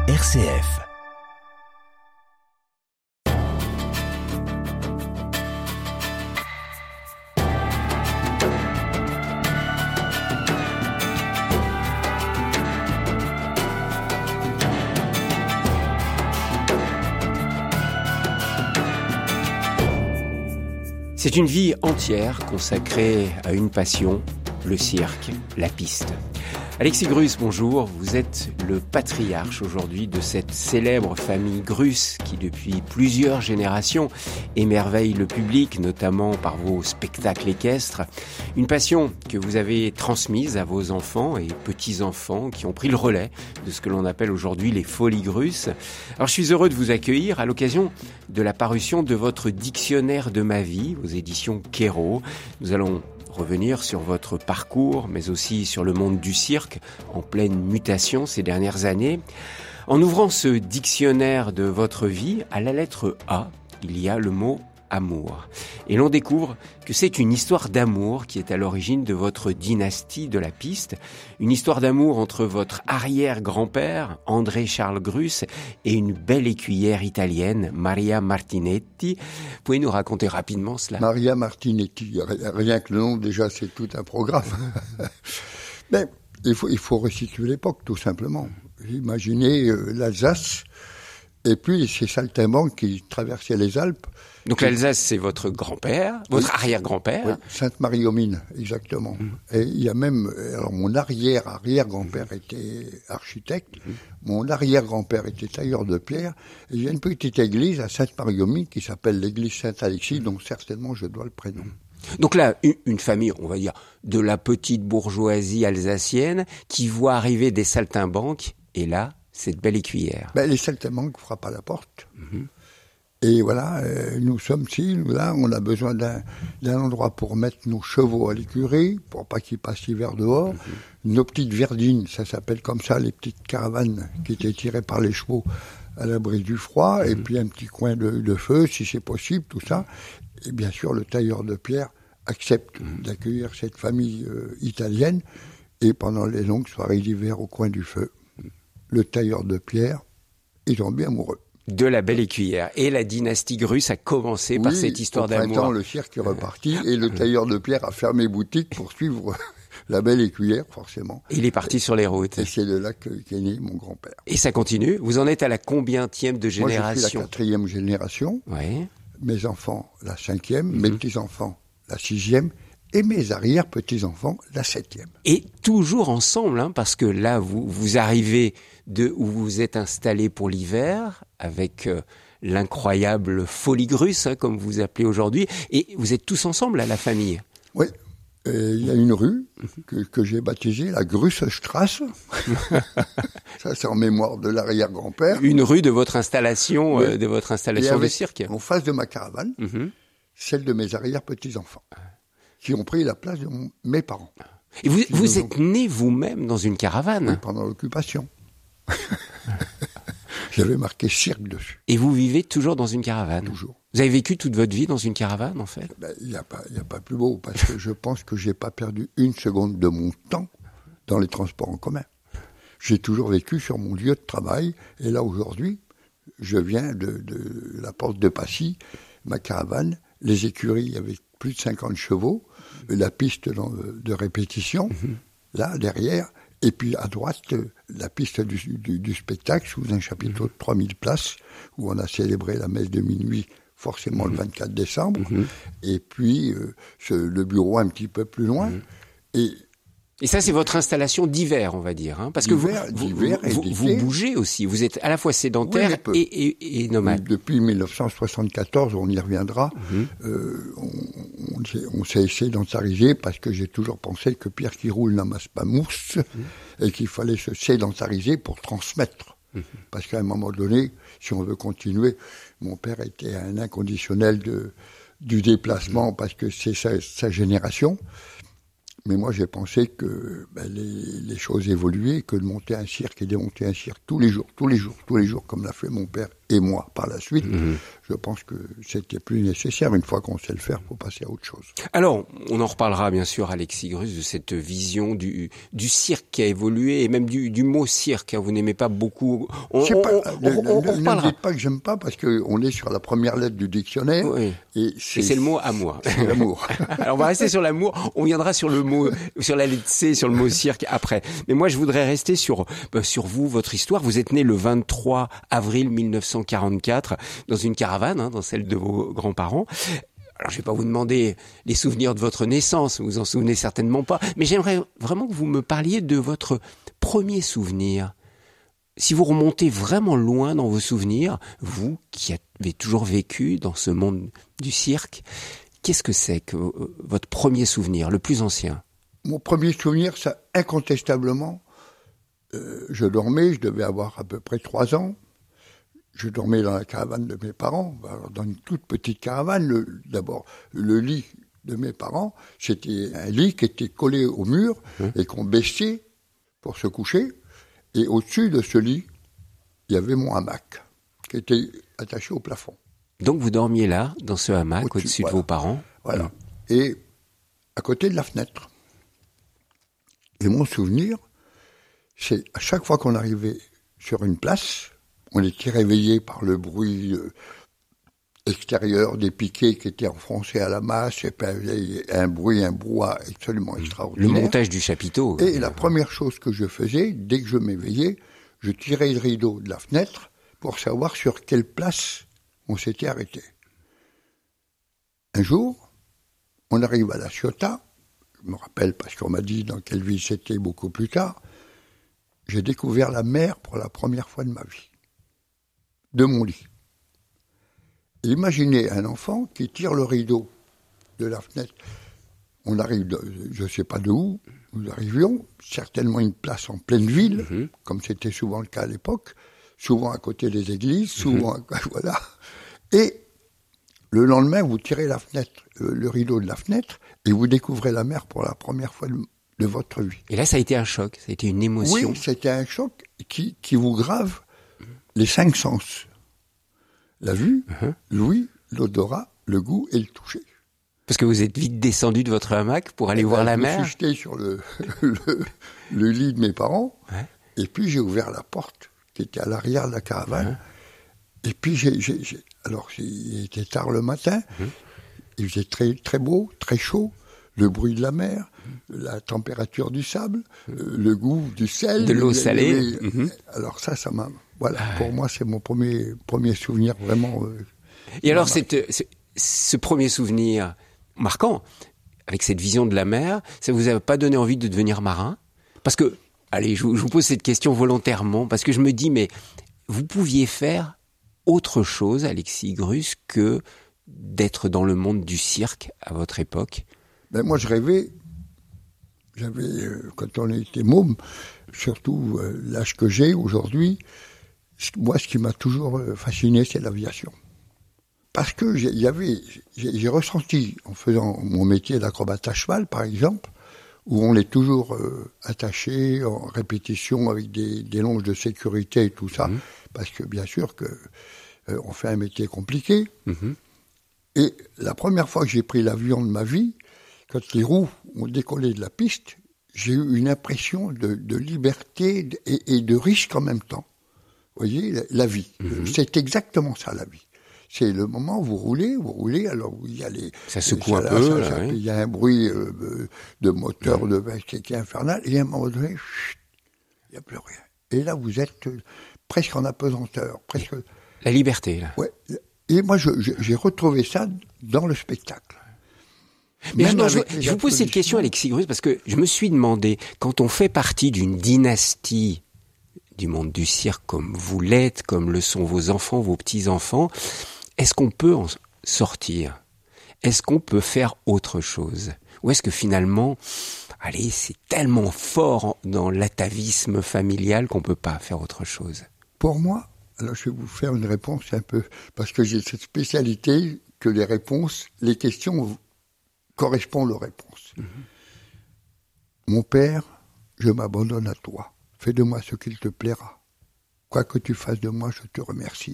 RCF. C'est une vie entière consacrée à une passion, le cirque, la piste. Alexis Grus, bonjour. Vous êtes le patriarche aujourd'hui de cette célèbre famille Grus qui, depuis plusieurs générations, émerveille le public, notamment par vos spectacles équestres. Une passion que vous avez transmise à vos enfants et petits-enfants qui ont pris le relais de ce que l'on appelle aujourd'hui les Folies Grus. Alors, je suis heureux de vous accueillir à l'occasion de la parution de votre dictionnaire de ma vie aux éditions Quérault. Nous allons revenir sur votre parcours, mais aussi sur le monde du cirque, en pleine mutation ces dernières années. En ouvrant ce dictionnaire de votre vie, à la lettre A, il y a le mot amour. Et l'on découvre que c'est une histoire d'amour qui est à l'origine de votre dynastie de la piste. Une histoire d'amour entre votre arrière-grand-père, André Charles Grus, et une belle écuyère italienne, Maria Martinetti. Pouvez nous raconter rapidement cela? Maria Martinetti, rien que le nom, déjà, c'est tout un programme. Mais il faut resituer l'époque, tout simplement. Imaginez l'Alsace, et puis ces saltimbanques qui traversaient les Alpes. Donc l'Alsace, c'est votre grand-père, votre arrière-grand-père. Oui, Sainte-Marie-aux-Mines, exactement. Et il y a même, alors mon arrière-grand-père était architecte, mon arrière-grand-père était tailleur de pierre, et il y a une petite église à Sainte-Marie-aux-Mines qui s'appelle l'église Saint-Alexis, donc certainement je dois le prénom. Donc là, une famille, on va dire, de la petite bourgeoisie alsacienne qui voit arriver des saltimbanques, et là, cette belle écuyère. Les saltimbanques frappent à la porte. Et voilà, nous sommes là, on a besoin d'un endroit pour mettre nos chevaux à l'écurie, pour pas qu'ils passent l'hiver dehors. Nos petites verdines, ça s'appelle comme ça, les petites caravanes qui étaient tirées par les chevaux à l'abri du froid, et puis un petit coin de feu, si c'est possible, tout ça. Et bien sûr, le tailleur de pierre accepte d'accueillir cette famille italienne, et pendant les longues soirées d'hiver au coin du feu, le tailleur de pierre est tombé amoureux. De la belle écuyère. Et la dynastie Grus a commencé par cette histoire d'amour. Au printemps, le cirque est reparti et le tailleur de pierre a fermé boutique pour suivre la belle écuyère, forcément. Il est parti sur les routes. Et c'est de là qu'est né mon grand-père. Et ça continue. Vous en êtes à la combientième de génération? Moi, je suis la 4e génération. Oui. Mes enfants, la 5e. Mes petits-enfants, la 6e. Et mes arrière-petits-enfants, la 7e. Et toujours ensemble, parce que là, vous arrivez de où vous vous êtes installé pour l'hiver, avec l'incroyable Folie Grus, comme vous appelez aujourd'hui, et vous êtes tous ensemble à la famille. Oui, il y a une rue que j'ai baptisée la Grusstrasse. Ça, c'est en mémoire de l'arrière-grand-père. Une rue de votre installation, de cirque. En face de ma caravane, celle de mes arrière-petits-enfants, qui ont pris la place de mes parents. Et vous êtes né vous-même dans une caravane? Oui, pendant l'occupation. J'avais marqué cirque dessus. Et vous vivez toujours dans une caravane? Toujours. Vous avez vécu toute votre vie dans une caravane, en fait? Il n'y a pas plus beau, parce que je pense que j'ai pas perdu une seconde de mon temps dans les transports en commun. J'ai toujours vécu sur mon lieu de travail, et là, aujourd'hui, je viens de la porte de Passy, ma caravane, les écuries avec plus de 50 chevaux, la piste de répétition, là, derrière, et puis à droite, la piste du spectacle, sous un chapiteau de 3000 places, où on a célébré la messe de minuit, forcément le 24 décembre, et puis le bureau un petit peu plus loin, Et ça, c'est votre installation d'hiver, on va dire, parce que vous bougez aussi. Vous êtes à la fois sédentaire et nomade. Depuis 1974, on y reviendra, on s'est sédentarisé parce que j'ai toujours pensé que pierre qui roule n'amasse pas mousse et qu'il fallait se sédentariser pour transmettre. Parce qu'à un moment donné, si on veut continuer, mon père était un inconditionnel du déplacement parce que c'est sa génération. Mais moi, j'ai pensé que les choses évoluaient, que de monter un cirque et démonter un cirque tous les jours, comme l'a fait mon père et moi par la suite, je pense que c'était plus nécessaire. Une fois qu'on sait le faire, il faut passer à autre chose. Alors, on en reparlera bien sûr, Alexis Grus, de cette vision du cirque qui a évolué, et même du mot cirque. Hein, vous n'aimez pas beaucoup. On ne dites pas que j'aime pas, parce qu'on est sur la première lettre du dictionnaire. Oui. Et c'est le mot amour. C'est l'amour. Alors on va rester sur l'amour, on viendra sur le mot, sur la lettre C, sur le mot cirque après. Mais moi je voudrais rester sur vous, votre histoire. Vous êtes né le 23 avril 1944 dans une caravane, dans celle de vos grands-parents. Alors je vais pas vous demander les souvenirs de votre naissance, vous vous en souvenez certainement pas, mais j'aimerais vraiment que vous me parliez de votre premier souvenir. Si vous remontez vraiment loin dans vos souvenirs, vous qui avez toujours vécu dans ce monde du cirque, qu'est-ce que c'est que votre premier souvenir, le plus ancien? Mon premier souvenir, ça, incontestablement, je dormais, je devais avoir à peu près 3 ans. Je dormais dans la caravane de mes parents, alors dans une toute petite caravane. D'abord, le lit de mes parents, c'était un lit qui était collé au mur et qu'on baissait pour se coucher. Et au-dessus de ce lit, il y avait mon hamac qui était attaché au plafond. Donc vous dormiez là, dans ce hamac, au-dessus de vos parents. Voilà. Et à côté de la fenêtre. Et mon souvenir, c'est à chaque fois qu'on arrivait sur une place, on était réveillé par le bruit extérieur des piquets qui étaient enfoncés à la masse, et puis un brouhaha absolument extraordinaire. Le montage du chapiteau. Et la première chose que je faisais, dès que je m'éveillais, je tirais le rideau de la fenêtre pour savoir sur quelle place on s'était arrêté. Un jour, on arrive à La Ciotat, je me rappelle parce qu'on m'a dit dans quelle ville c'était beaucoup plus tard, j'ai découvert la mer pour la première fois de ma vie, de mon lit. Et imaginez un enfant qui tire le rideau de la fenêtre. On arrive, je ne sais pas d'où, nous arrivions, certainement une place en pleine ville, comme c'était souvent le cas à l'époque, souvent à côté des églises, souvent, voilà. Et le lendemain, vous tirez la fenêtre, le rideau de la fenêtre, et vous découvrez la mer pour la première fois de votre vie. Et là, ça a été un choc, ça a été une émotion. Oui, c'était un choc qui vous grave les 5 sens. La vue, l'ouïe, l'odorat, le goût et le toucher. Parce que vous êtes vite descendu de votre hamac pour aller voir la mer. Je me suis jeté sur le lit de mes parents, et puis j'ai ouvert la porte qui était à l'arrière de la caravane. Et puis alors il était tard le matin, il faisait très, très beau, très chaud, le bruit de la mer, la température du sable, le goût du sel. De l'eau salée. Alors ça m'a... Voilà, pour moi, c'est mon premier souvenir vraiment... Et alors, ce premier souvenir marquant, avec cette vision de la mer, ça vous a pas donné envie de devenir marin? Parce que, allez, je vous pose cette question volontairement, parce que je me dis, mais vous pouviez faire autre chose, Alexis Grus, que d'être dans le monde du cirque à votre époque? Ben moi, je rêvais, quand on était môme, surtout l'âge que j'ai aujourd'hui, moi, ce qui m'a toujours fasciné, c'est l'aviation. Parce que j'ai ressenti, en faisant mon métier d'acrobate à cheval, par exemple, où on est toujours attaché en répétition avec des longes de sécurité et tout ça, parce que bien sûr que on fait un métier compliqué. Et la première fois que j'ai pris l'avion de ma vie, quand les roues ont décollé de la piste, j'ai eu une impression de liberté et de risque en même temps. Vous voyez, la vie. C'est exactement ça, la vie. C'est le moment où vous roulez, alors il y a les... Ça secoue un peu, là, il y a un bruit de moteur qui est infernal, et à un moment donné, il n'y a plus rien. Et là, vous êtes presque en apesanteur, presque... La liberté, là. Ouais. Et moi, j'ai retrouvé ça dans le spectacle. Mais je vous pose cette question, Alexis Grus, parce que je me suis demandé, quand on fait partie d'une dynastie du monde du cirque comme vous l'êtes, comme le sont vos enfants, vos petits-enfants, est-ce qu'on peut en sortir? Est-ce qu'on peut faire autre chose? Ou est-ce que finalement, allez, c'est tellement fort dans l'atavisme familial qu'on peut pas faire autre chose? Pour moi, alors je vais vous faire une réponse un peu, parce que j'ai cette spécialité que les questions correspondent aux réponses. Mon père, je m'abandonne à toi. Fais de moi ce qu'il te plaira. Quoi que tu fasses de moi, je te remercie.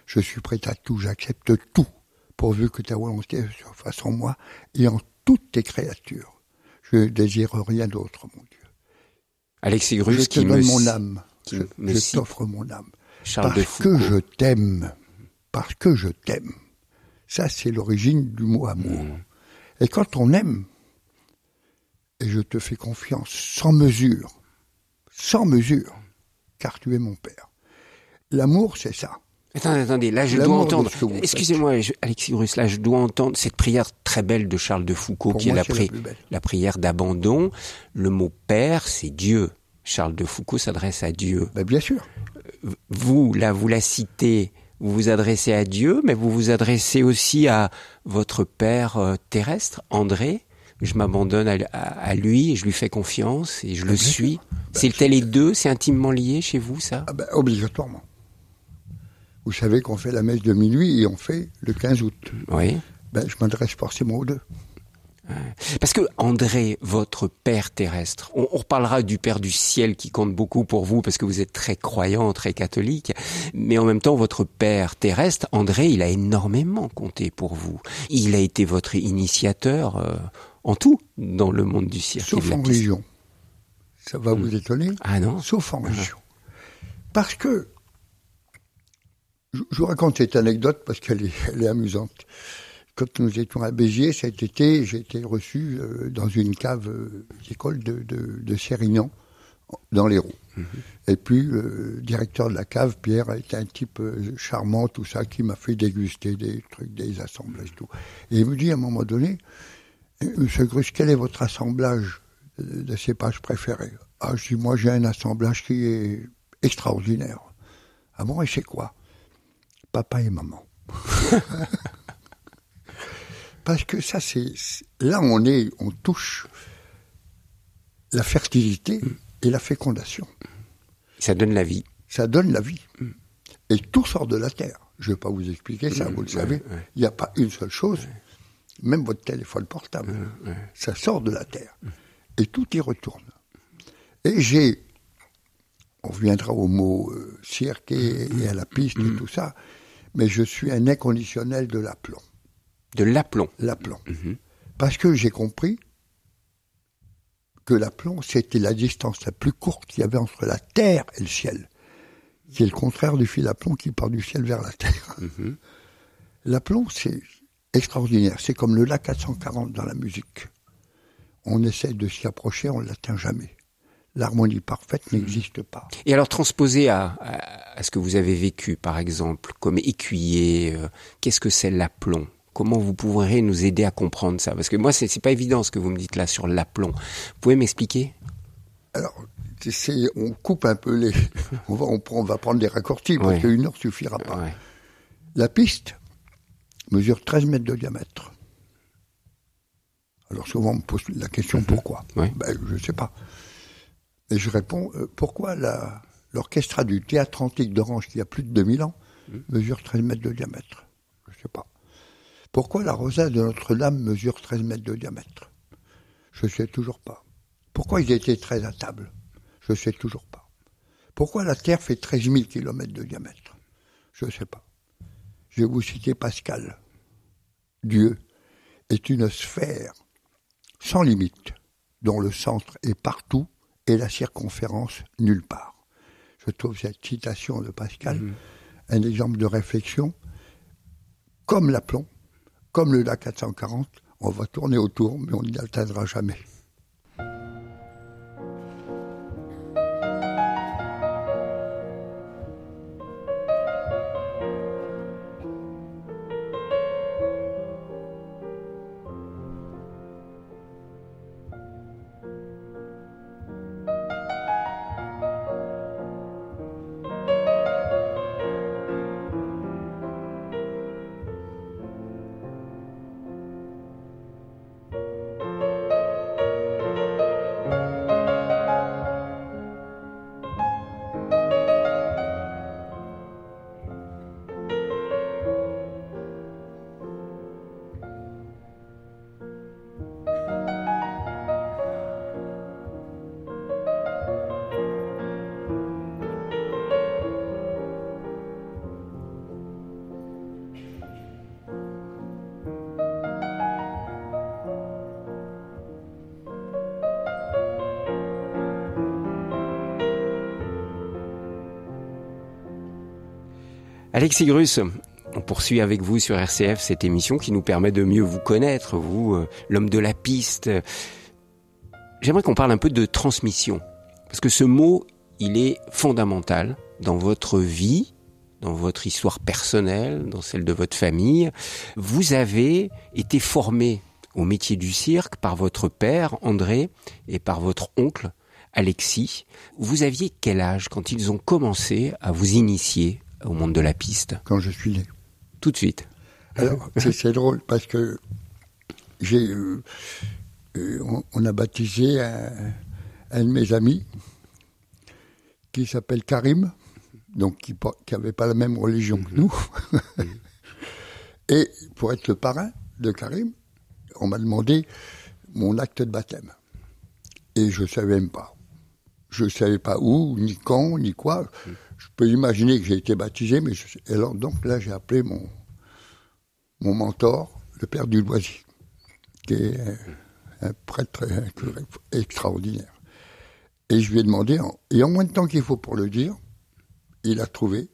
Je suis prêt à tout, j'accepte tout, pourvu que ta volonté se fasse en moi et en toutes tes créatures. Je ne désire rien d'autre, mon Dieu. Alexis Grus je te donne mon âme, je t'offre mon âme. Charles parce que je t'aime, parce que je t'aime. Ça, c'est l'origine du mot amour. Et quand on aime, et je te fais confiance sans mesure, car tu es mon père. L'amour, c'est ça. Attendez, là je dois entendre, excusez-moi Alexis Grus, là je dois entendre cette prière très belle de Charles de Foucault, pour qui moi, est la prière d'abandon. Le mot père, c'est Dieu. Charles de Foucault s'adresse à Dieu. Ben, bien sûr. Vous la citez, vous vous adressez à Dieu, mais vous vous adressez aussi à votre père terrestre, André. Je m'abandonne à lui, et je lui fais confiance et je le suis. C'était les deux, c'est intimement lié chez vous, ça ? Obligatoirement. Vous savez qu'on fait la messe de minuit et on fait le 15 août. Oui. Je m'adresse forcément aux deux. Parce que André, votre père terrestre, on reparlera du Père du ciel qui compte beaucoup pour vous parce que vous êtes très croyant, très catholique, mais en même temps votre père terrestre, André, il a énormément compté pour vous. Il a été votre initiateur en tout dans le monde du cirque. Sauf en religion. Ça va vous étonner ? Ah non ? Sauf en religion. Parce que, je vous raconte cette anecdote parce qu'elle est amusante. Quand nous étions à Béziers cet été, j'ai été reçu dans une cave d'école de Sérignan, dans l'Hérault. Et puis, le directeur de la cave, Pierre, était un type charmant, tout ça, qui m'a fait déguster des trucs, des assemblages, tout. Et il me dit à un moment donné, Monsieur Grus, quel est votre assemblage de cépages préférés ? Ah, je dis, moi j'ai un assemblage qui est extraordinaire. Ah bon, et c'est quoi ? Papa et maman. Parce que ça, là on touche la fertilité et la fécondation. Ça donne la vie. Ça donne la vie. Et tout sort de la terre. Je ne vais pas vous expliquer ça, vous le savez. Il n'y a pas une seule chose, même votre téléphone portable, ça sort de la terre. Et tout y retourne. Et on reviendra au mot cirque et à la piste et tout ça, mais je suis un inconditionnel de l'aplomb. De l'aplomb. L'aplomb. Parce que j'ai compris que l'aplomb, c'était la distance la plus courte qu'il y avait entre la terre et le ciel. Qui est le contraire du fil à plomb qui part du ciel vers la terre. L'aplomb, c'est extraordinaire. C'est comme le La 440 dans la musique. On essaie de s'y approcher, on ne l'atteint jamais. L'harmonie parfaite n'existe pas. Et alors, transposé à ce que vous avez vécu, par exemple, comme écuyer, qu'est-ce que c'est l'aplomb ? Comment vous pourrez nous aider à comprendre ça ? Parce que moi, c'est pas évident ce que vous me dites là sur l'aplomb. Vous pouvez m'expliquer ? Alors, on coupe un peu on va prendre des raccourcis parce qu'une heure suffira pas. Ouais. La piste mesure 13 mètres de diamètre. Alors souvent on me pose la question pourquoi ? Je ne sais pas. Et je réponds, pourquoi l'orchestre du théâtre antique d'Orange, qui a plus de 2000 ans, mesure 13 mètres de diamètre ? Je ne sais pas. Pourquoi la rosace de Notre-Dame mesure 13 mètres de diamètre ? Je ne sais toujours pas. Pourquoi ils étaient 13 à table ? Je ne sais toujours pas. Pourquoi la Terre fait 13 000 km de diamètre ? Je ne sais pas. Je vais vous citer Pascal. Dieu est une sphère sans limite, dont le centre est partout et la circonférence nulle part. Je trouve cette citation de Pascal un exemple de réflexion. Comme l'aplomb, comme le La 440, on va tourner autour, mais on n'y atteindra jamais. Alexis Grüss, on poursuit avec vous sur RCF cette émission qui nous permet de mieux vous connaître, vous, l'homme de la piste. J'aimerais qu'on parle un peu de transmission, parce que ce mot, il est fondamental dans votre vie, dans votre histoire personnelle, dans celle de votre famille. Vous avez été formé au métier du cirque par votre père, André, et par votre oncle, Alexis. Vous aviez quel âge quand ils ont commencé à vous initier au monde de la piste? Quand je suis né. Tout de suite. Alors, c'est drôle parce que on a baptisé un de mes amis qui s'appelle Karim, donc qui n'avait pas la même religion que nous. Et pour être le parrain de Karim, on m'a demandé mon acte de baptême. Et je ne savais même pas. Je ne savais pas où, ni quand, ni quoi. Je peux imaginer que j'ai été baptisé, mais alors donc là j'ai appelé mon mentor, le père Duloisy, qui est un prêtre, un curé extraordinaire. Et je lui ai demandé, et en moins de temps qu'il faut pour le dire, il a trouvé.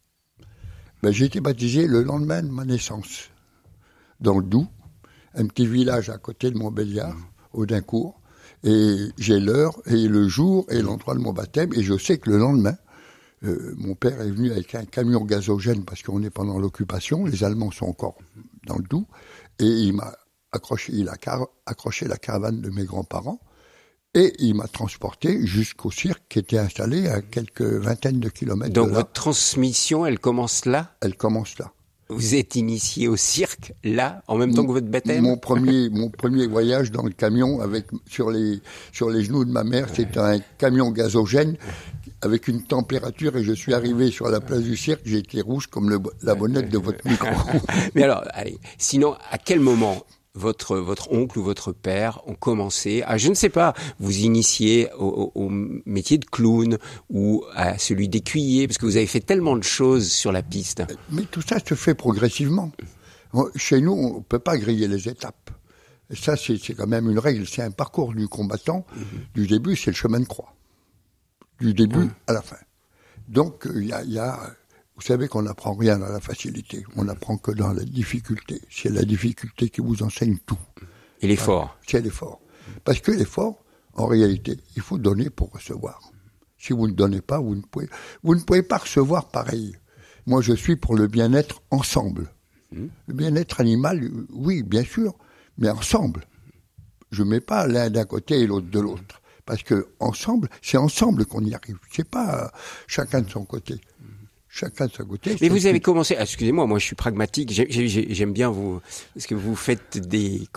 J'ai été baptisé le lendemain de ma naissance, dans le Doubs, un petit village à côté de Montbéliard, Audincourt. Et j'ai l'heure et le jour et l'endroit de mon baptême, et je sais que le lendemain, mon père est venu avec un camion gazogène parce qu'on est pendant l'occupation, les Allemands sont encore dans le Doubs, et il a accroché la caravane de mes grands-parents, et il m'a transporté jusqu'au cirque qui était installé à quelques vingtaines de kilomètres de là. Donc votre transmission, elle commence là? Elle commence là. Vous êtes initié au cirque, là, en même temps que votre baptême? Mon premier voyage dans le camion sur les genoux de ma mère, c'était un camion gazogène avec une température, et je suis arrivé sur la place du cirque, j'ai été rouge comme la bonnette de votre micro. Mais alors, allez, sinon, à quel moment votre oncle ou votre père ont commencé à, je ne sais pas, vous initier au métier de clown ou à celui d'écuyer, parce que vous avez fait tellement de choses sur la piste. Mais tout ça se fait progressivement. Chez nous, on ne peut pas griller les étapes. Et ça, c'est quand même une règle. C'est un parcours du combattant. Du début, c'est le chemin de croix. Du début à la fin. Donc, il y a vous savez qu'on n'apprend rien dans la facilité. On n'apprend que dans la difficulté. C'est la difficulté qui vous enseigne tout. Et l'effort. C'est l'effort. Parce que l'effort, en réalité, il faut donner pour recevoir. Si vous ne donnez pas, vous ne pouvez pas recevoir pareil. Moi, je suis pour le bien-être ensemble. Le bien-être animal, oui, bien sûr, mais ensemble. Je ne mets pas l'un d'un côté et l'autre de l'autre. Parce que ensemble, c'est ensemble qu'on y arrive. C'est pas chacun de son côté. Chacun de son côté. Mais vous avez commencé, excusez-moi, moi je suis pragmatique, j'aime bien vous, parce que vous faites des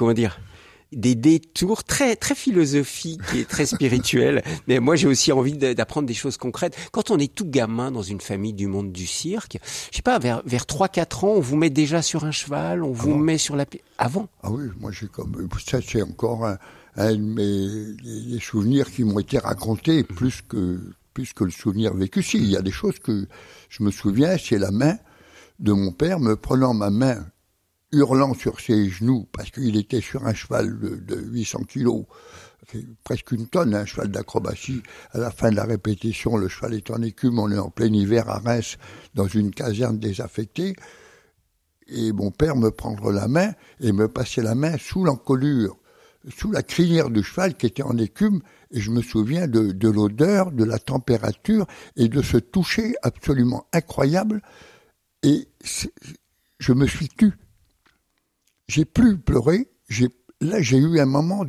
détours très, très philosophiques et très spirituels. Mais moi j'ai aussi envie d'apprendre des choses concrètes. Quand on est tout gamin dans une famille du monde du cirque, je sais pas, vers 3-4 ans, on vous met déjà sur un cheval, on vous met sur la... Avant? Ah oui, moi j'ai comme... Ça c'est encore un de mes souvenirs qui m'ont été racontés plus que le souvenir vécu. Si, il y a des choses que je me souviens, c'est la main de mon père me prenant ma main, hurlant sur ses genoux, parce qu'il était sur un cheval de 800 kilos, presque une tonne, un cheval d'acrobatie. À la fin de la répétition, le cheval est en écume, on est en plein hiver à Reims, dans une caserne désaffectée, et mon père me prendre la main et me passer la main sous l'encolure, sous la crinière du cheval qui était en écume, et je me souviens de l'odeur, de la température et de ce toucher absolument incroyable. Et je me suis tu. J'ai plus pleuré. Là, j'ai eu un moment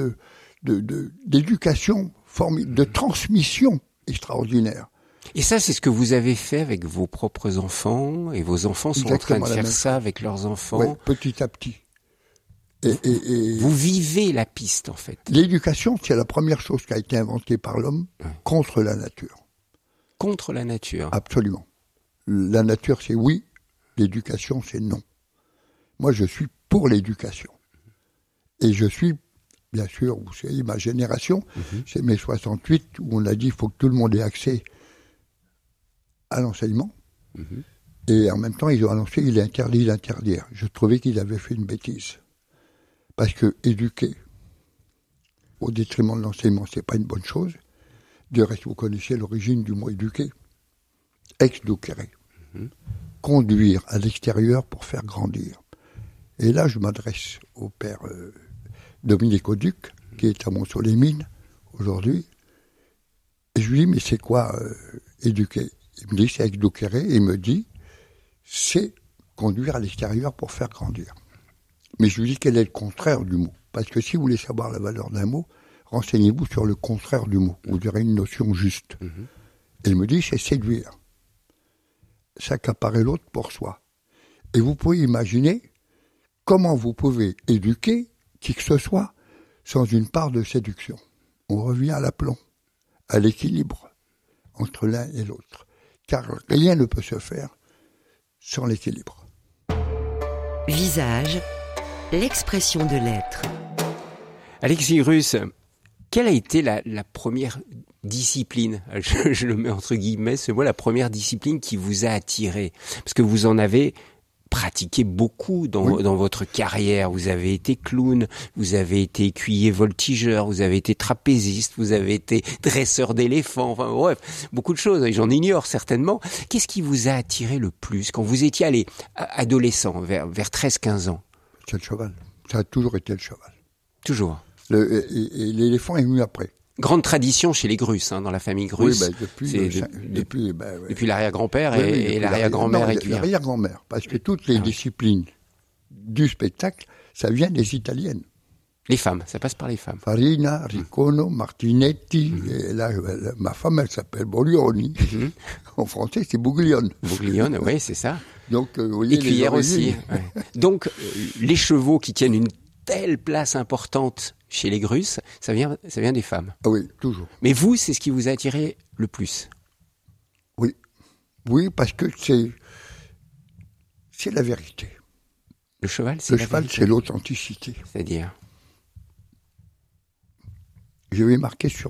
d'éducation formidable, de transmission extraordinaire. Et ça, c'est ce que vous avez fait avec vos propres enfants, et vos enfants sont en train de faire ça avec leurs enfants. Oui, petit à petit. Et vous vivez la piste, en fait. L'éducation, c'est la première chose qui a été inventée par l'homme contre la nature. Contre la nature. Absolument. La nature, c'est oui. L'éducation, c'est non. Moi, je suis pour l'éducation. Et je suis, bien sûr, vous savez, ma génération, c'est mai 68, où on a dit qu'il faut que tout le monde ait accès à l'enseignement. Et en même temps, ils ont annoncé qu'il est interdit d'interdire. Je trouvais qu'ils avaient fait une bêtise. Parce que éduquer au détriment de l'enseignement, c'est pas une bonne chose. De reste, vous connaissez l'origine du mot éduquer. Ex ducere. conduire à l'extérieur pour faire grandir. Et là, je m'adresse au père Dominique Auduc, qui est à Montceau-les-Mines aujourd'hui. Et je lui dis, mais c'est quoi éduquer? Il me dit, c'est éduquer. Et il me dit, c'est conduire à l'extérieur pour faire grandir. Mais je lui dis, quel est le contraire du mot? Parce que si vous voulez savoir la valeur d'un mot, renseignez-vous sur le contraire du mot. Vous aurez une notion juste. Et il me dit, c'est séduire. S'accaparer l'autre pour soi. Et vous pouvez imaginer comment vous pouvez éduquer qui que ce soit sans une part de séduction. On revient à l'aplomb, à l'équilibre entre l'un et l'autre. Car rien ne peut se faire sans l'équilibre. Visage, l'expression de l'être. Alexis Grüss, quelle a été la première discipline, je le mets entre guillemets, ce mot, la première discipline qui vous a attiré? Parce que vous en avez pratiqué beaucoup dans votre carrière. Vous avez été clown, vous avez été écuyer voltigeur, vous avez été trapéziste, vous avez été dresseur d'éléphants, enfin bref, beaucoup de choses, j'en ignore certainement. Qu'est-ce qui vous a attiré le plus quand vous étiez adolescent, vers 13-15 ans? C'est le cheval. Ça a toujours été le cheval. Toujours. Et l'éléphant est venu après. Grande tradition chez les Grüss, dans la famille Grüss. Oui, depuis l'arrière-grand-père et l'arrière-grand-mère écuyer. L'arrière-grand-mère, parce que toutes les disciplines du spectacle, ça vient des italiennes. Les femmes, ça passe par les femmes. Farina, Ricono, Martinetti, et là, ma femme, elle s'appelle Bolioni. En français, c'est Bouglione. Bouglione, oui, c'est ça. Donc, vous voyez, écuyère aussi. Ouais. Donc, les chevaux qui tiennent une telle place importante chez les Grüss, ça vient des femmes. Ah oui, toujours. Mais vous, c'est ce qui vous a attiré le plus? Oui. Oui, parce que c'est la vérité. Le cheval, c'est l'authenticité. C'est-à-dire? Je vais marquer sur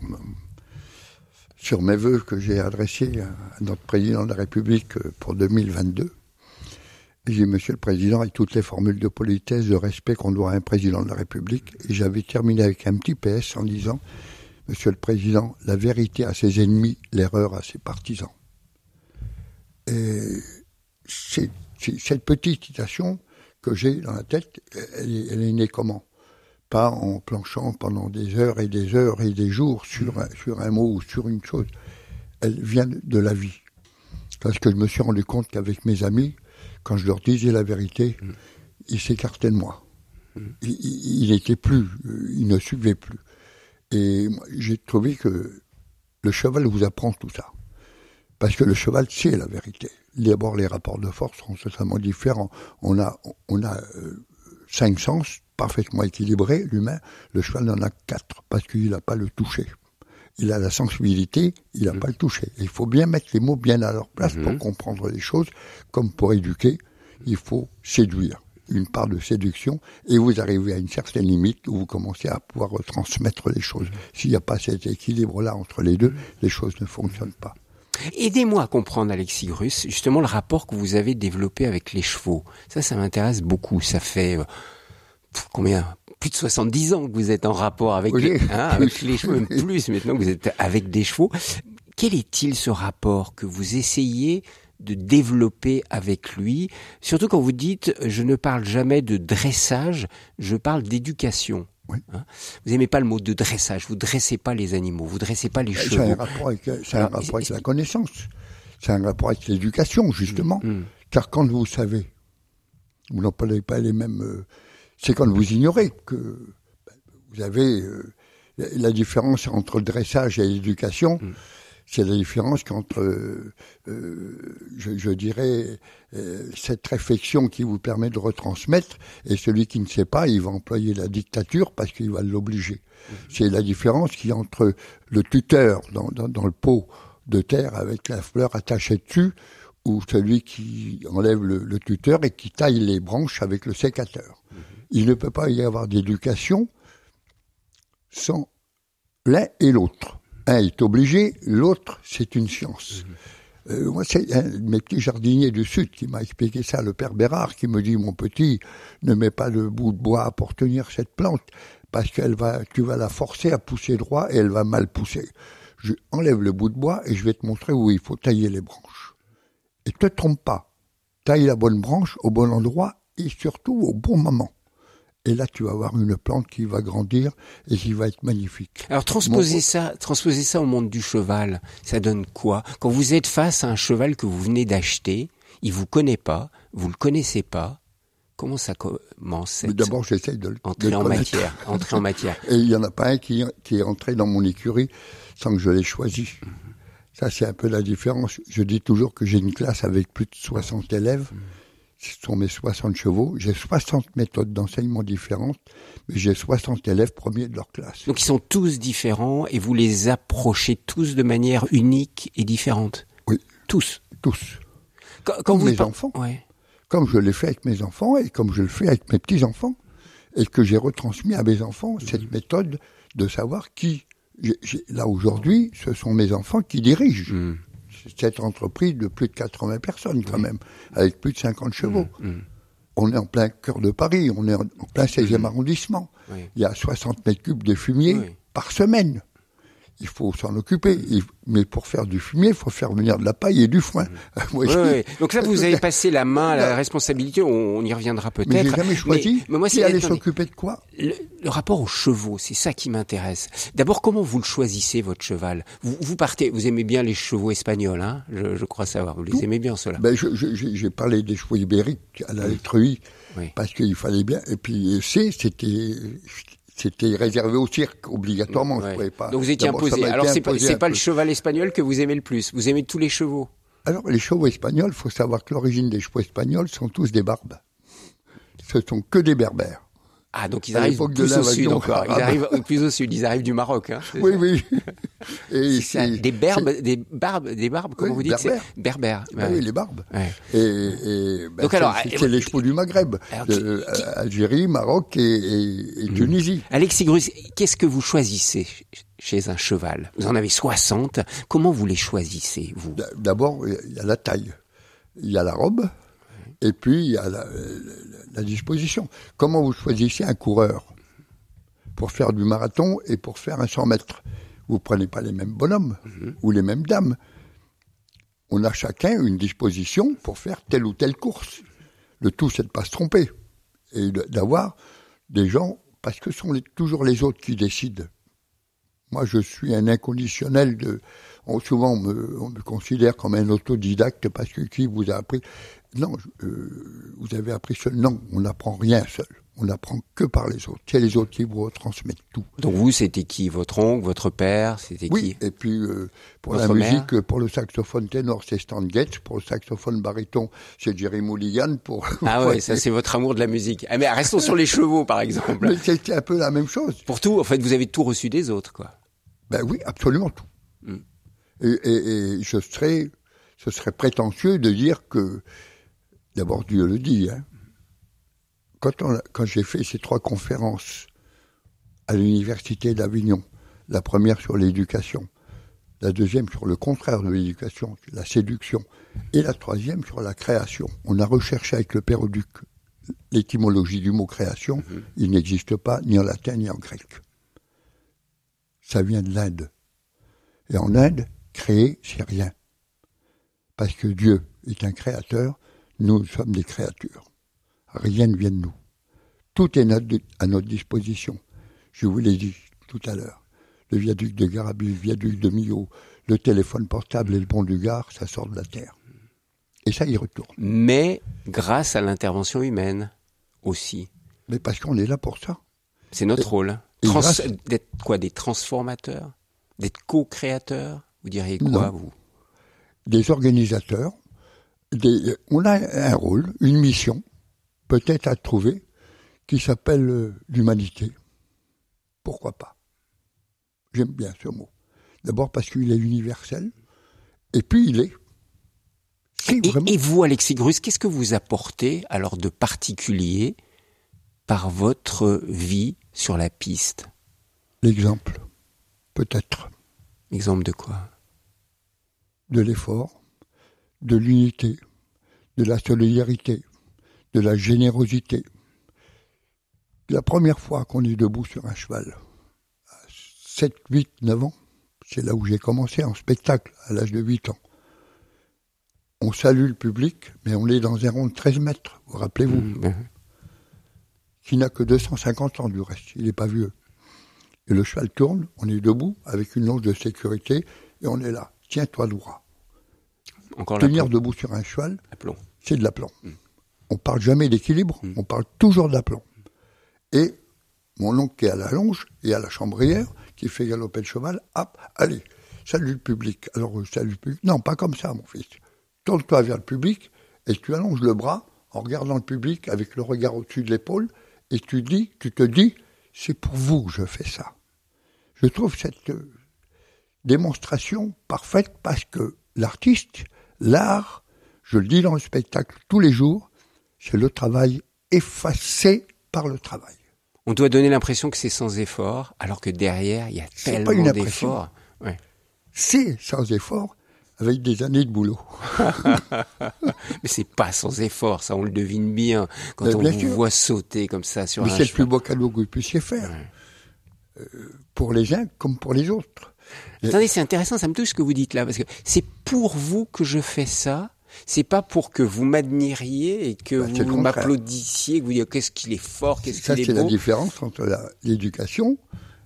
mes vœux que j'ai adressés à notre président de la République pour 2022. J'ai dit, Monsieur le Président, avec toutes les formules de politesse, de respect qu'on doit à un président de la République, et j'avais terminé avec un petit PS en disant, Monsieur le Président, la vérité à ses ennemis, l'erreur à ses partisans. Et cette petite citation que j'ai dans la tête, elle est née comment? Pas en planchant pendant des heures et des heures et des jours sur un mot ou sur une chose. Elle vient de la vie. Parce que je me suis rendu compte qu'avec mes amis, quand je leur disais la vérité, ils s'écartaient de moi. Ils n'étaient plus, ils ne suivaient plus. Et j'ai trouvé que le cheval vous apprend tout ça. Parce que le cheval, c'est la vérité. D'abord, les rapports de force sont totalement différents. On a 5 sens parfaitement équilibrés, l'humain. Le cheval n'en a 4, parce qu'il n'a pas le toucher. Il a la sensibilité, il n'a pas le toucher. Il faut bien mettre les mots bien à leur place pour comprendre les choses. Comme pour éduquer, il faut séduire, une part de séduction, et vous arrivez à une certaine limite où vous commencez à pouvoir retransmettre les choses. S'il n'y a pas cet équilibre-là entre les deux, les choses ne fonctionnent pas. Aidez-moi à comprendre, Alexis Grüss, justement le rapport que vous avez développé avec les chevaux. Ça m'intéresse beaucoup. Ça fait combien ? Plus de 70 ans que vous êtes en rapport avec, avec les chevaux, même plus maintenant que vous êtes avec des chevaux. Quel est-il ce rapport que vous essayez de développer avec lui? Surtout quand vous dites « je ne parle jamais de dressage, je parle d'éducation ». Oui. Vous n'aimez pas le mot de dressage, vous dressez pas les animaux, vous dressez pas les chevaux. C'est un rapport avec la connaissance, c'est un rapport avec l'éducation justement, car quand vous savez, vous n'en parlez pas les mêmes, c'est quand vous ignorez que vous avez la différence entre le dressage et l'éducation. C'est la différence qu'entre, je dirais, cette réflexion qui vous permet de retransmettre, et celui qui ne sait pas, il va employer la dictature parce qu'il va l'obliger. C'est la différence qui entre le tuteur dans le pot de terre avec la fleur attachée dessus, ou celui qui enlève le tuteur et qui taille les branches avec le sécateur. Il ne peut pas y avoir d'éducation sans l'un et l'autre. Un est obligé, l'autre, c'est une science. Moi, c'est un de mes petits jardiniers du Sud qui m'a expliqué ça, le père Bérard, qui me dit, mon petit, ne mets pas le bout de bois pour tenir cette plante, parce tu vas la forcer à pousser droit et elle va mal pousser. Je enlève le bout de bois et je vais te montrer où il faut tailler les branches. Et te trompe pas. taille la bonne branche au bon endroit et surtout au bon moment. Et là, tu vas avoir une plante qui va grandir et qui va être magnifique. Alors transposez ça au monde du cheval, ça donne quoi? Quand vous êtes face à un cheval que vous venez d'acheter, il vous connaît pas, vous le connaissez pas, comment ça commence? Mais d'abord, j'essaye de entrer en matière. Et il y en a pas un qui est entré dans mon écurie sans que je l'ai choisi. Ça, c'est un peu la différence. Je dis toujours que j'ai une classe avec plus de 60 élèves. Ce sont mes 60 chevaux. J'ai 60 méthodes d'enseignement différentes, mais j'ai 60 élèves premiers de leur classe. Donc ils sont tous différents et vous les approchez tous de manière unique et différente. Oui. Tous. Comme mes enfants. Ouais. Comme je l'ai fait avec mes enfants et comme je le fais avec mes petits-enfants. Et que j'ai retransmis à mes enfants cette méthode de savoir qui... Là, aujourd'hui, ce sont mes enfants qui dirigent. Cette entreprise de plus de 80 personnes quand même, avec plus de 50 chevaux. On est en plein cœur de Paris, on est en plein 16e arrondissement. Il y a 60 mètres cubes de fumier par semaine. Il faut s'en occuper. Mais pour faire du fumier, il faut faire venir de la paille et du foin. Donc là, vous avez passé la main à la responsabilité, on y reviendra peut-être. Mais j'ai jamais choisi mais moi, qui allait s'occuper de quoi. Le rapport aux chevaux, c'est ça qui m'intéresse. D'abord, comment vous le choisissez, votre cheval? Vous partez, vous aimez bien les chevaux espagnols, hein? Je crois savoir. Vous les aimez bien, ceux-là? J'ai parlé des chevaux ibériques à la lettre I, parce qu'il fallait bien. Et puis c'était réservé au cirque, obligatoirement. Je pouvais pas. Donc vous étiez imposé. Alors c'est pas le cheval espagnol que vous aimez le plus. Vous aimez tous les chevaux. Alors les chevaux espagnols, il faut savoir que l'origine des chevaux espagnols sont tous des barbes. Ce sont que des berbères. Ah, donc ils arrivent plus au sud encore. Ils arrivent plus au sud. Ils arrivent du Maroc. Hein, oui. Et des barbes, comment vous dites? Berbères. Oui, les barbes. Ouais. Donc alors, c'est les chevaux du Maghreb, Algérie, Maroc et Tunisie. Alexis Grus, qu'est-ce que vous choisissez chez un cheval? Vous en avez 60. Comment vous les choisissez, vous? D'abord, il y a la taille, il y a la robe. Et puis, il y a la disposition. Comment vous choisissez un coureur pour faire du marathon et pour faire un 100 mètres? Vous ne prenez pas les mêmes bonhommes ou les mêmes dames. On a chacun une disposition pour faire telle ou telle course. Le tout, c'est de ne pas se tromper et d'avoir des gens, parce que ce sont toujours les autres qui décident. Moi, je suis un inconditionnel souvent, on me considère comme un autodidacte parce que qui vous a appris? Non, vous avez appris seul. Non, on n'apprend rien seul. On n'apprend que par les autres. C'est les autres qui vous retransmettent tout. Donc vous, c'était qui? Votre oncle, votre père? C'était qui? Et puis pour votre la musique, mère? Pour le saxophone ténor, c'est Stan Getz. Pour le saxophone baryton, c'est Jerry Mulligan. Oui, ça c'est votre amour de la musique. Ah, mais restons sur les chevaux, par exemple. Mais c'est un peu la même chose. Pour tout, en fait, vous avez tout reçu des autres, quoi. Ben oui, absolument tout. Et ce serait prétentieux de dire que, d'abord Dieu le dit, hein, quand j'ai fait ces 3 conférences à l'université d'Avignon, la première sur l'éducation, la deuxième sur le contraire de l'éducation, la séduction, et la troisième sur la création. On a recherché avec le père Auduc l'étymologie du mot création, il n'existe pas ni en latin ni en grec. Ça vient de l'Inde. Et en Inde, créer, c'est rien. Parce que Dieu est un créateur, nous sommes des créatures. Rien ne vient de nous. Tout est à notre disposition. Je vous l'ai dit tout à l'heure. Le viaduc de Garabit, le viaduc de Millau, le téléphone portable et le pont du Gard, ça sort de la terre. Et ça y retourne. Mais grâce à l'intervention humaine aussi. Mais parce qu'on est là pour ça. C'est notre rôle. D'être quoi? Des transformateurs? D'être co-créateurs? Vous diriez quoi, non. Vous? Des organisateurs. On a un rôle, une mission, peut-être à trouver, qui s'appelle l'humanité. Pourquoi pas? J'aime bien ce mot. D'abord parce qu'il est universel, et puis il est. Et vous, Alexis Grus, qu'est-ce que vous apportez alors de particulier par votre vie sur la piste? L'exemple, peut-être. Exemple de quoi? De l'effort, de l'unité, de la solidarité, de la générosité. La première fois qu'on est debout sur un cheval, à 7, 8, 9 ans, c'est là où j'ai commencé en spectacle, à l'âge de 8 ans. on salue le public, mais on est dans un rond de 13 mètres, vous rappelez-vous, qui n'a que 250 ans du reste, il n'est pas vieux. Et le cheval tourne, on est debout, avec une longe de sécurité, et on est là, tiens-toi droit. Encore Tenir debout sur un cheval, l'aplomb. C'est de l'aplomb. On parle jamais d'équilibre, on parle toujours d'aplomb. Et mon oncle qui est à la longe et à la chambrière, qui fait galoper le cheval, hop, allez, salut le public. Alors, salut le public. Non, pas comme ça, mon fils. Tourne-toi vers le public et tu allonges le bras en regardant le public avec le regard au-dessus de l'épaule et tu te dis, c'est pour vous que je fais ça. Je trouve cette démonstration parfaite parce que l'artiste, l'art, je le dis dans le spectacle tous les jours, c'est le travail effacé par le travail. On doit donner l'impression que c'est sans effort, alors que derrière, il y a tellement d'efforts. Ouais. C'est sans effort, avec des années de boulot. Mais c'est pas sans effort, ça on le devine bien, quand on vous voit sauter comme ça sur un cheval. Mais c'est le plus beau cadeau que vous puissiez faire, pour les uns comme pour les autres. Attendez, c'est intéressant, ça me touche ce que vous dites là, parce que c'est pour vous que je fais ça. C'est pas pour que vous m'admiriez et que vous m'applaudissiez, que vous disiez qu'est-ce qu'il est fort, qu'est-ce qu'il est beau. Ça, c'est la différence entre l'éducation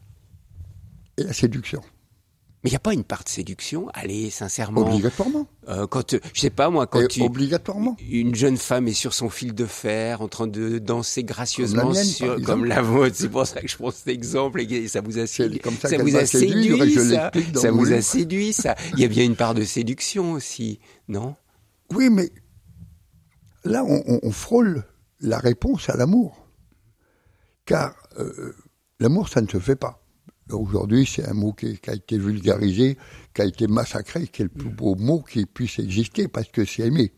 et la séduction. Mais il n'y a pas une part de séduction, allez, sincèrement. Obligatoirement. Quand, je sais pas moi, obligatoirement. Une jeune femme est sur son fil de fer, en train de danser gracieusement comme la vôtre, c'est pour ça que je prends cet exemple et ça vous a séduit. Ça vous a séduit, ça vous a séduit, ça. Il y a bien une part de séduction aussi, non? Oui, mais là, on frôle la réponse à l'amour. Car l'amour, ça ne se fait pas. Aujourd'hui, c'est un mot qui a été vulgarisé, qui a été massacré, qui est le plus beau mot qui puisse exister, parce que c'est aimer.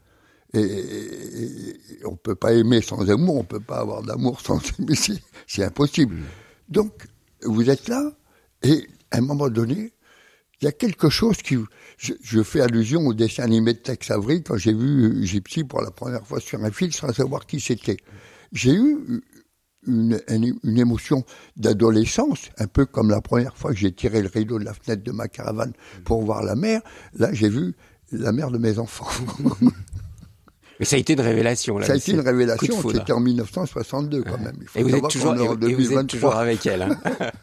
Et on ne peut pas aimer sans amour, on ne peut pas avoir d'amour sans aimer, c'est impossible. Donc, vous êtes là, et à un moment donné, il y a quelque chose qui... Je fais allusion au dessin animé de Tex Avery, quand j'ai vu Gypsy pour la première fois sur un fil, sans savoir qui c'était. J'ai eu une émotion d'adolescence, un peu comme la première fois que j'ai tiré le rideau de la fenêtre de ma caravane pour voir la mer. Là, j'ai vu la mère de mes enfants. Mais ça a été une révélation. Là, ça a été une révélation, c'était en 1962 quand même. Et vous êtes toujours avec elle. Hein.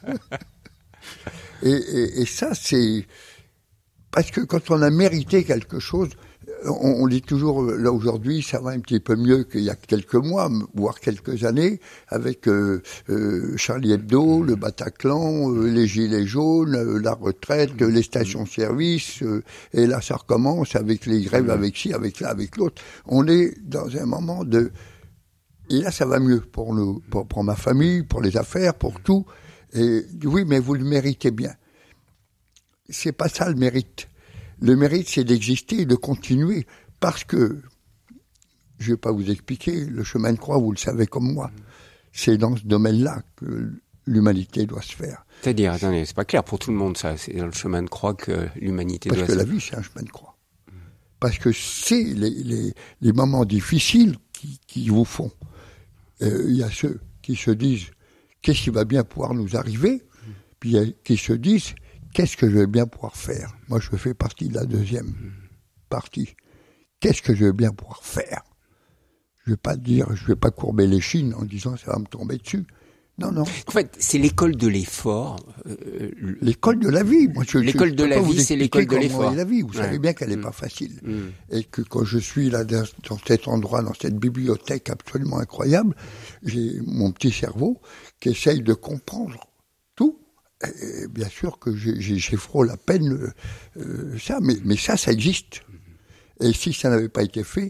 et ça, c'est... Parce que quand on a mérité quelque chose, on dit toujours, là aujourd'hui, ça va un petit peu mieux qu'il y a quelques mois, voire quelques années, avec Charlie Hebdo, le Bataclan, les Gilets jaunes, la retraite, les stations-service, et là ça recommence avec les grèves, avec ci, avec là, avec l'autre. On est dans un moment de... Et là ça va mieux pour nous, pour ma famille, pour les affaires, pour tout. Et oui, mais vous le méritez bien. C'est pas ça le mérite. Le mérite, c'est d'exister et de continuer. Parce que, je vais pas vous expliquer, le chemin de croix, vous le savez comme moi, c'est dans ce domaine-là que l'humanité doit se faire. C'est-à-dire, attendez, c'est pas clair pour tout le monde ça, c'est dans le chemin de croix que l'humanité doit se faire. Parce que la vie, c'est un chemin de croix. Parce que c'est les moments difficiles qui vous font. Il y a ceux qui se disent, qu'est-ce qui va bien pouvoir nous arriver? Puis il y a qui se disent, qu'est-ce que je vais bien pouvoir faire? Moi, je fais partie de la deuxième partie. Qu'est-ce que je vais bien pouvoir faire? Je vais pas courber les chines en disant ça va me tomber dessus. Non, non. En fait, c'est l'école de l'effort. L'école de la vie. Moi, l'école de la vie, c'est l'école de l'effort. La vie. Vous savez bien qu'elle n'est pas facile. Et que quand je suis là dans cet endroit, dans cette bibliothèque absolument incroyable, j'ai mon petit cerveau qui essaye de comprendre tout. Et bien sûr que j'ai frôle à peine ça, mais ça existe. Et si ça n'avait pas été fait,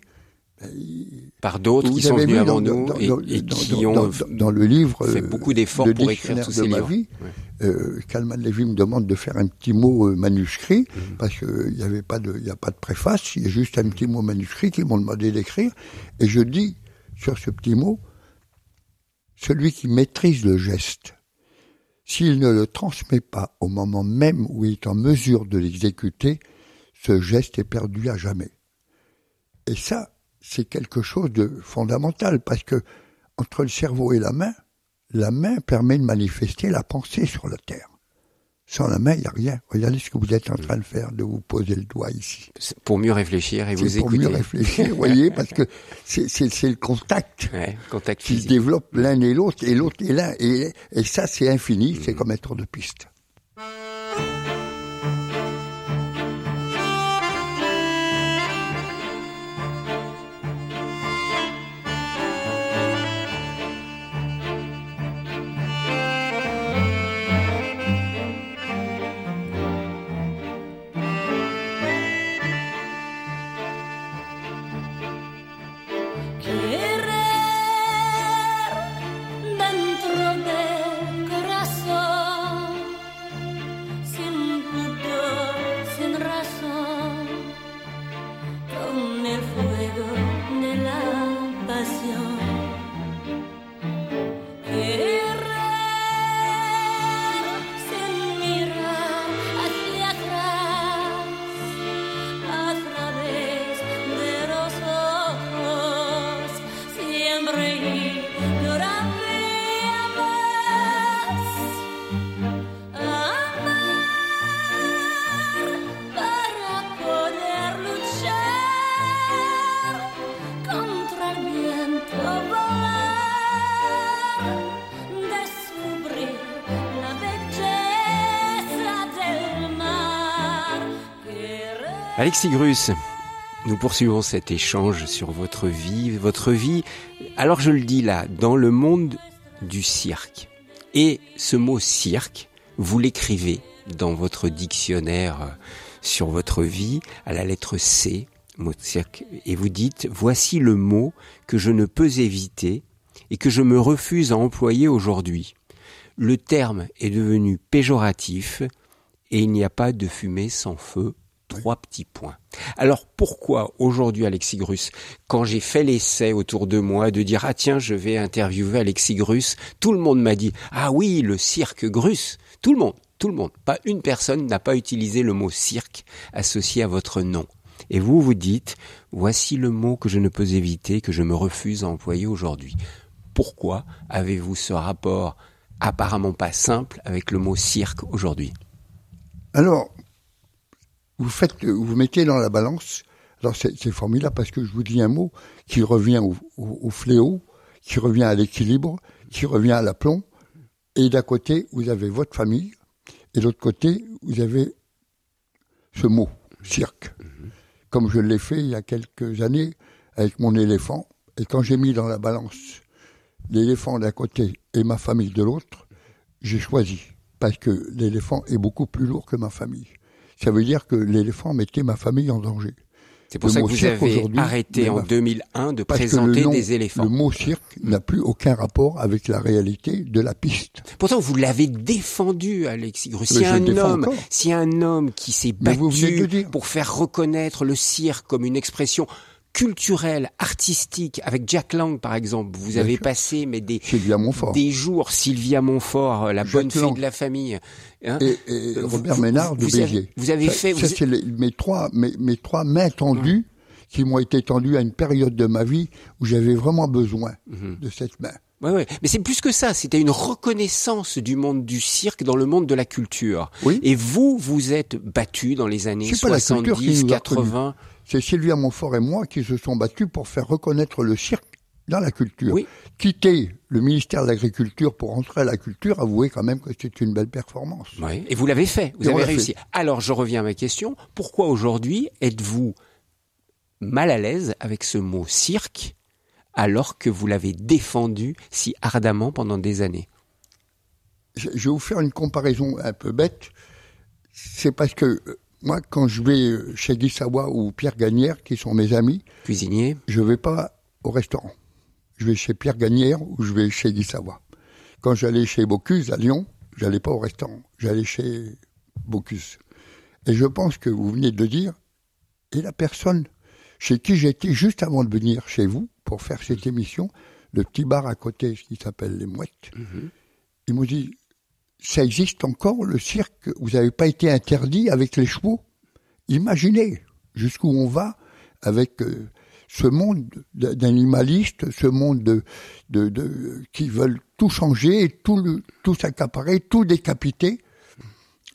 par d'autres qui sont venus avant nous et qui ont dans le livre fait beaucoup d'efforts pour écrire tous ces livres. Kalman Levy me demande de faire un petit mot manuscrit parce qu'il n'y avait pas il y a pas de préface, il y a juste un petit mot manuscrit qu'ils m'ont demandé d'écrire, et je dis sur ce petit mot, celui qui maîtrise le geste, s'il ne le transmet pas au moment même où il est en mesure de l'exécuter, ce geste est perdu à jamais. Et ça, c'est quelque chose de fondamental, parce que entre le cerveau et la main permet de manifester la pensée sur la terre. Sans la main, il n'y a rien. Regardez ce que vous êtes en train de faire, de vous poser le doigt ici. Pour mieux réfléchir et vous écouter. Pour mieux réfléchir, vous voyez, parce que c'est le contact, contact qui physique. se développe l'un et l'autre est l'un. Et ça, c'est infini, c'est comme un tour de piste. Alexis Grüss, nous poursuivons cet échange sur votre vie. Alors je le dis là, dans le monde du cirque. Et ce mot cirque, vous l'écrivez dans votre dictionnaire sur votre vie, à la lettre C, mot cirque, et vous dites « Voici le mot que je ne peux éviter et que je me refuse à employer aujourd'hui. Le terme est devenu péjoratif et il n'y a pas de fumée sans feu. » 3 petits points. Alors pourquoi aujourd'hui, Alexis Grüss, quand j'ai fait l'essai autour de moi de dire « Ah tiens, je vais interviewer Alexis Grüss », tout le monde m'a dit « Ah oui, le cirque Grüss ». Tout le monde. Pas une personne n'a pas utilisé le mot cirque associé à votre nom. Et vous dites « Voici le mot que je ne peux éviter, que je me refuse à employer aujourd'hui ». Pourquoi avez-vous ce rapport apparemment pas simple avec le mot cirque aujourd'hui ? Alors, vous mettez dans la balance, alors c'est formidable parce que je vous dis un mot qui revient au fléau, qui revient à l'équilibre, qui revient à l'aplomb, et d'un côté, vous avez votre famille, et de l'autre côté, vous avez ce mot, cirque. Comme je l'ai fait il y a quelques années avec mon éléphant, et quand j'ai mis dans la balance l'éléphant d'un côté et ma famille de l'autre, j'ai choisi, parce que l'éléphant est beaucoup plus lourd que ma famille. Ça veut dire que l'éléphant mettait ma famille en danger. C'est pour ça que vous avez arrêté en 2001 de présenter des éléphants. Le mot cirque n'a plus aucun rapport avec la réalité de la piste. Pourtant, vous l'avez défendu, Alexis Grüss. Si un homme qui s'est battu pour faire reconnaître le cirque comme une expression culturelle, artistique, avec Jack Lang par exemple, vous avez passé des jours, Sylvia Montfort, la bonne fille de la famille, hein, et Robert Ménard de Béziers. Vous avez fait c'est mes trois mains tendues qui m'ont été tendues à une période de ma vie où j'avais vraiment besoin de cette main. Ouais. Mais c'est plus que ça, c'était une reconnaissance du monde du cirque dans le monde de la culture. Oui. Et vous êtes battu dans les années 70, 80. C'est Sylvia Montfort et moi qui se sont battus pour faire reconnaître le cirque dans la culture. Oui. Quitter le ministère de l'Agriculture pour entrer à la culture, avouez quand même que c'est une belle performance. Oui. Et vous l'avez fait, vous avez réussi. Alors je reviens à ma question, pourquoi aujourd'hui vais-vous mal à l'aise avec ce mot cirque alors que vous l'avez défendu si ardemment pendant des années ? Je vais vous faire une comparaison un peu bête. C'est parce que moi, quand je vais chez Guy Savoie ou Pierre Gagnère, qui sont mes amis, cuisinier, je vais pas au restaurant. Je vais chez Pierre Gagnère ou je vais chez Guy Savoie. Quand j'allais chez Bocuse à Lyon, j'allais pas au restaurant. J'allais chez Bocuse. Et je pense que vous venez de dire, et la personne chez qui j'étais juste avant de venir chez vous pour faire cette émission, le petit bar à côté, qui s'appelle Les Mouettes, ils m'ont dit, ça existe encore, le cirque, vous n'avez pas été interdit avec les chevaux. Imaginez jusqu'où on va avec ce monde d'animalistes, ce monde qui veulent tout changer, tout s'accaparer, tout décapiter.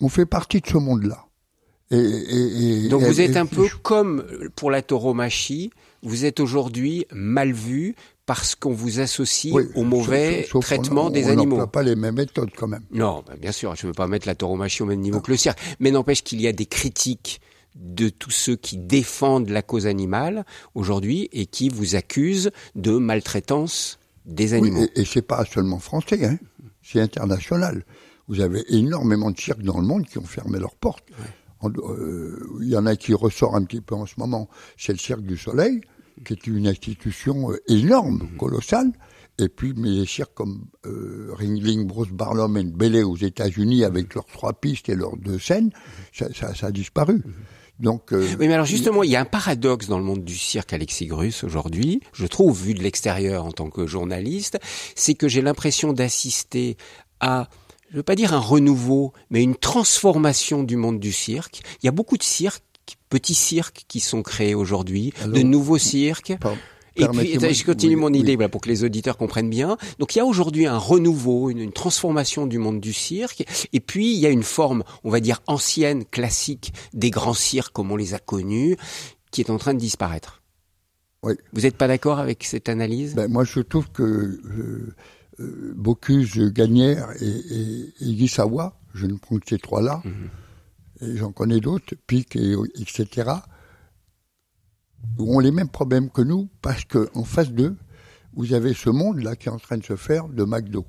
On fait partie de ce monde-là. Donc vous êtes un peu comme pour la tauromachie, vous êtes aujourd'hui mal vu parce qu'on vous associe au mauvais traitement des animaux. On n'emploie pas les mêmes méthodes quand même. Non, bien sûr, je ne veux pas mettre la tauromachie au même niveau que le cirque, mais n'empêche qu'il y a des critiques de tous ceux qui défendent la cause animale aujourd'hui et qui vous accusent de maltraitance des animaux. Oui, et c'est pas seulement français, hein, c'est international. Vous avez énormément de cirques dans le monde qui ont fermé leurs portes. Il y en a qui ressort un petit peu en ce moment, c'est le Cirque du Soleil, qui est une institution énorme, colossale. Et puis, mais les cirques comme Ringling, Bruce Barnum et Bailey aux États-Unis, avec leurs 3 pistes et leurs 2 scènes, ça a disparu. Donc, oui, mais alors justement, il y a un paradoxe dans le monde du cirque, Alexis Grus, aujourd'hui, je trouve, vu de l'extérieur en tant que journaliste, c'est que j'ai l'impression d'assister à, je ne veux pas dire un renouveau, mais une transformation du monde du cirque. Il y a beaucoup de cirques, petits cirques qui sont créés aujourd'hui, de nouveaux cirques. Et puis, je continue mon idée voilà, pour que les auditeurs comprennent bien. Donc il y a aujourd'hui un renouveau, une transformation du monde du cirque. Et puis il y a une forme, on va dire ancienne, classique, des grands cirques comme on les a connus, qui est en train de disparaître. Oui. Vous n'êtes pas d'accord avec cette analyse ? Moi je trouve que Bocuse, Gagnère et Gisawa, je ne prends que ces 3-là, et j'en connais d'autres, Pic, etc., ont les mêmes problèmes que nous, parce qu'en face d'eux, vous avez ce monde-là qui est en train de se faire de McDo.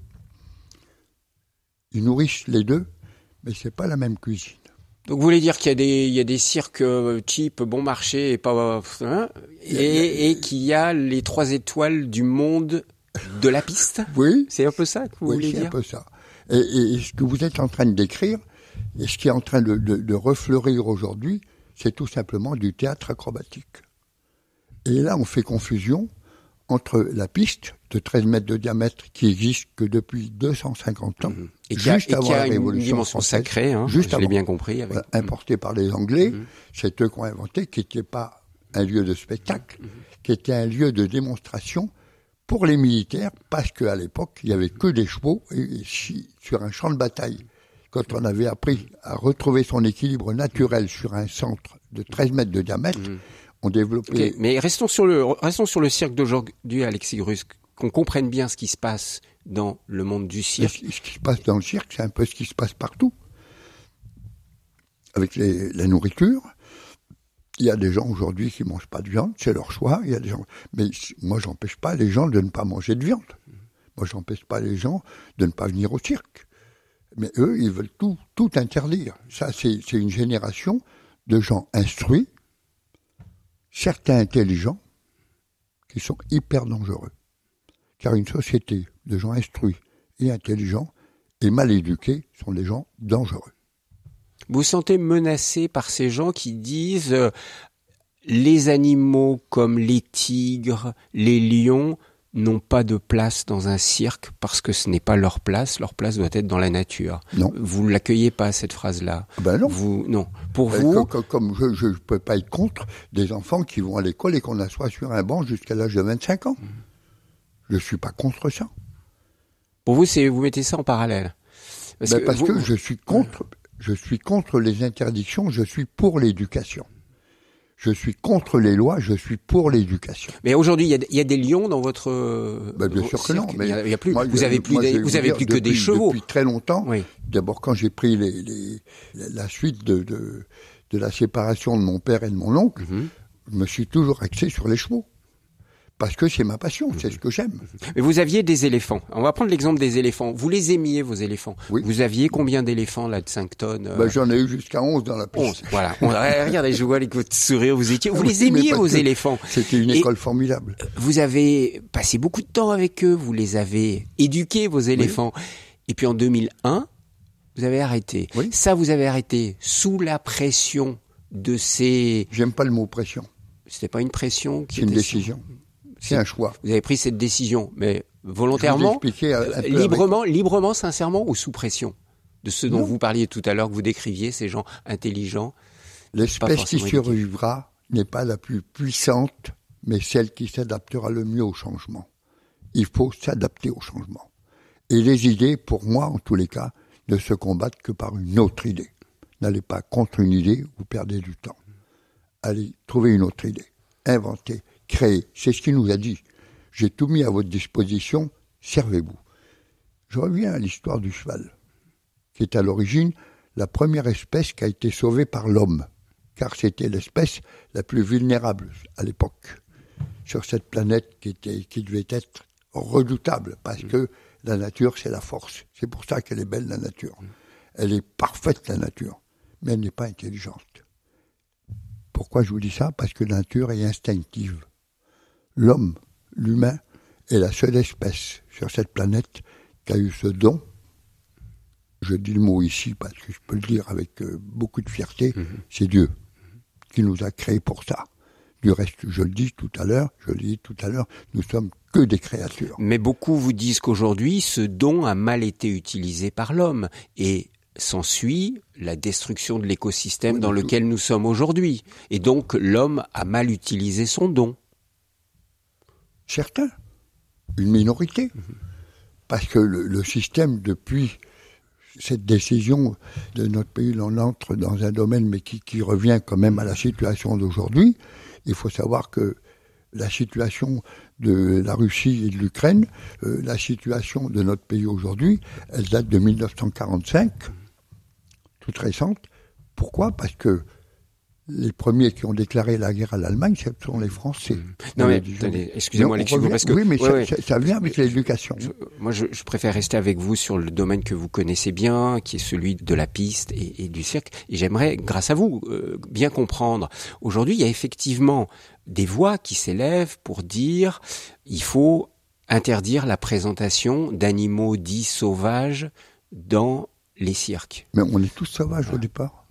Ils nourrissent les deux, mais c'est pas la même cuisine. Donc vous voulez dire qu'il y a des cirques cheap, bon marché, et pas et qu'il y a les 3 étoiles du monde de la piste. Oui. C'est un peu ça que vous voulez dire. Oui, c'est un peu ça. Et ce que vous êtes en train de décrire, et ce qui est en train de refleurir aujourd'hui, c'est tout simplement du théâtre acrobatique. Et là, on fait confusion entre la piste de 13 mètres de diamètre qui existe que depuis 250 ans, et qui a une dimension sacrée, je l'ai bien compris. Importée par les Anglais, c'est eux qui ont inventé, qui n'était pas un lieu de spectacle, qui était un lieu de démonstration pour les militaires, parce qu'à l'époque, il n'y avait que des chevaux sur un champ de bataille. Quand on avait appris à retrouver son équilibre naturel sur un centre de 13 mètres de diamètre, on développait... Okay, mais restons sur le cirque d'aujourd'hui, Alexis Grus, qu'on comprenne bien ce qui se passe dans le monde du cirque. Ce qui se passe dans le cirque, c'est un peu ce qui se passe partout. Avec la nourriture, il y a des gens aujourd'hui qui ne mangent pas de viande, c'est leur choix. Il y a des gens, mais moi, j'empêche pas les gens de ne pas manger de viande. Moi, j'empêche pas les gens de ne pas venir au cirque. Mais eux, ils veulent tout interdire. Ça, c'est une génération de gens instruits, certains intelligents, qui sont hyper dangereux. Car une société de gens instruits et intelligents et mal éduqués sont des gens dangereux. Vous vous sentez menacé par ces gens qui disent les animaux comme les tigres, les lions n'ont pas de place dans un cirque parce que ce n'est pas leur place doit être dans la nature. Non. Vous ne l'accueillez pas, cette phrase-là. Ben non. Non. Pour vous... Comme je ne peux pas être contre des enfants qui vont à l'école et qu'on assoit sur un banc jusqu'à l'âge de 25 ans. Je ne suis pas contre ça. Pour vous, vous mettez ça en parallèle. Parce que je suis contre les interdictions, je suis pour l'éducation. Je suis contre les lois, je suis pour l'éducation. Mais aujourd'hui, il y a des lions dans votre bien sûr que non. Mais il y a plus. Vous avez plus que des chevaux. Depuis très longtemps. Oui. D'abord, quand j'ai pris la suite de la séparation de mon père et de mon oncle, je me suis toujours axé sur les chevaux. Parce que c'est ma passion, c'est ce que j'aime. Mais vous aviez des éléphants. On va prendre l'exemple des éléphants. Vous les aimiez, vos éléphants. Oui. Vous aviez combien d'éléphants, là, de 5 tonnes J'en ai eu jusqu'à 11 dans la piste. 11, voilà. Regardez, je vois avec votre sourire, vous les aimiez, vos éléphants. C'était une école formidable. Vous avez passé beaucoup de temps avec eux, vous les avez éduqués, vos éléphants. Oui. Et puis en 2001, vous avez arrêté. Oui. Ça, vous avez arrêté sous la pression de ces... J'aime pas le mot pression. C'était pas une pression qui C'est une décision. C'est un choix. Vous avez pris cette décision, mais volontairement, librement, sincèrement, ou sous pression de ceux dont vous parliez tout à l'heure, que vous décriviez, ces gens intelligents. L'espèce qui survivra n'est pas la plus puissante, mais celle qui s'adaptera le mieux au changement. Il faut s'adapter au changement. Et les idées, pour moi, en tous les cas, ne se combattent que par une autre idée. N'allez pas contre une idée, vous perdez du temps. Allez, trouvez une autre idée. Inventez, créez. C'est ce qu'il nous a dit. J'ai tout mis à votre disposition, servez-vous. Je reviens à l'histoire du cheval, qui est à l'origine la première espèce qui a été sauvée par l'homme, car c'était l'espèce la plus vulnérable à l'époque, sur cette planète qui devait être redoutable, parce que la nature, c'est la force. C'est pour ça qu'elle est belle, la nature. Elle est parfaite, la nature, mais elle n'est pas intelligente. Pourquoi je vous dis ça ? Parce que la nature est instinctive. L'homme, l'humain, est la seule espèce sur cette planète qui a eu ce don. Je dis le mot ici parce que je peux le dire avec beaucoup de fierté, c'est Dieu qui nous a créés pour ça. Du reste, je l'ai dit tout à l'heure, nous sommes que des créatures. Mais beaucoup vous disent qu'aujourd'hui, ce don a mal été utilisé par l'homme et s'ensuit la destruction de l'écosystème dans lequel nous sommes aujourd'hui. Et donc, l'homme a mal utilisé son don. Certains, une minorité. Parce que le système, depuis cette décision de notre pays, on entre dans un domaine, mais qui revient quand même à la situation d'aujourd'hui. Il faut savoir que la situation de la Russie et de l'Ukraine, la situation de notre pays aujourd'hui, elle date de 1945, toute récente. Pourquoi ? Parce que les premiers qui ont déclaré la guerre à l'Allemagne, ce sont les Français. Non mais, attendez, excusez-moi Alexis, parce que... Oui, mais ça vient avec l'éducation. Je préfère rester avec vous sur le domaine que vous connaissez bien, qui est celui de la piste et du cirque. Et j'aimerais, grâce à vous, bien comprendre. Aujourd'hui, il y a effectivement des voix qui s'élèvent pour dire il faut interdire la présentation d'animaux dits sauvages dans les cirques. Mais on est tous sauvages au départ.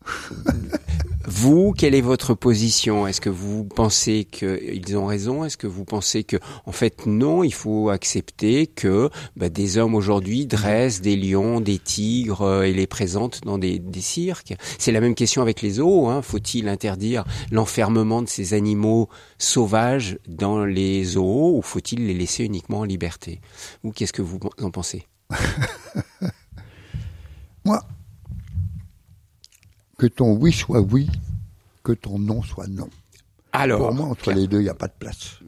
Vous, quelle est votre position ? Est-ce que vous pensez qu'ils ont raison ? Est-ce que vous pensez que, en fait, non, il faut accepter que des hommes aujourd'hui dressent des lions, des tigres et les présentent dans des cirques ? C'est la même question avec les zoos. Faut-il interdire l'enfermement de ces animaux sauvages dans les zoos ou faut-il les laisser uniquement en liberté ? Ou qu'est-ce que vous en pensez ? Moi, que ton oui soit oui, que ton non soit non. Alors, pour moi, entre les deux, il n'y a pas de place.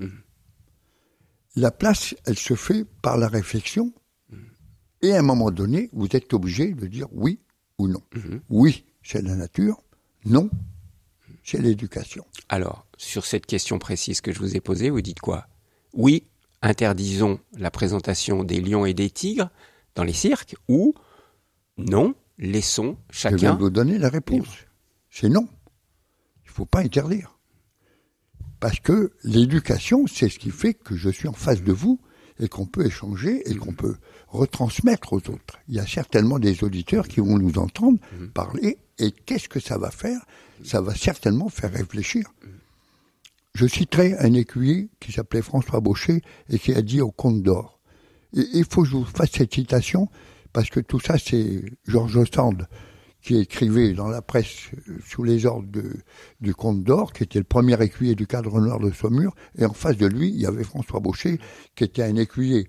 La place, elle se fait par la réflexion. Et à un moment donné, vous êtes obligé de dire oui ou non. Oui, c'est la nature. Non, c'est l'éducation. Alors, sur cette question précise que je vous ai posée, vous dites quoi ? Oui, interdisons la présentation des lions et des tigres dans les cirques, ou non, laissons chacun... Je viens de vous donner la réponse. C'est non. Il ne faut pas interdire. Parce que l'éducation, c'est ce qui fait que je suis en face de vous et qu'on peut échanger et qu'on peut retransmettre aux autres. Il y a certainement des auditeurs qui vont nous entendre parler et qu'est-ce que ça va faire ? Ça va certainement faire réfléchir. Je citerai un écuyer qui s'appelait François Baucher et qui a dit au Comte d'Or. Et il faut que je vous fasse cette citation parce que tout ça, c'est Georges Sand qui écrivait dans la presse sous les ordres du Comte d'Or, qui était le premier écuyer du cadre noir de Saumur, et en face de lui, il y avait François Baucher, qui était un écuyer,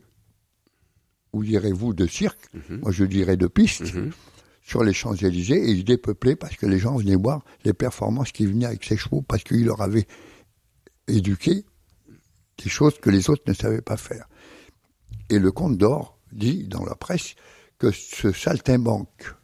où direz-vous, de cirque, moi je dirais de piste, sur les Champs-Élysées, et il dépeuplait parce que les gens venaient voir les performances qui venaient avec ses chevaux, parce qu'il leur avait éduqué des choses que les autres ne savaient pas faire. Et le Comte d'Or dit dans la presse que ce saltimbanque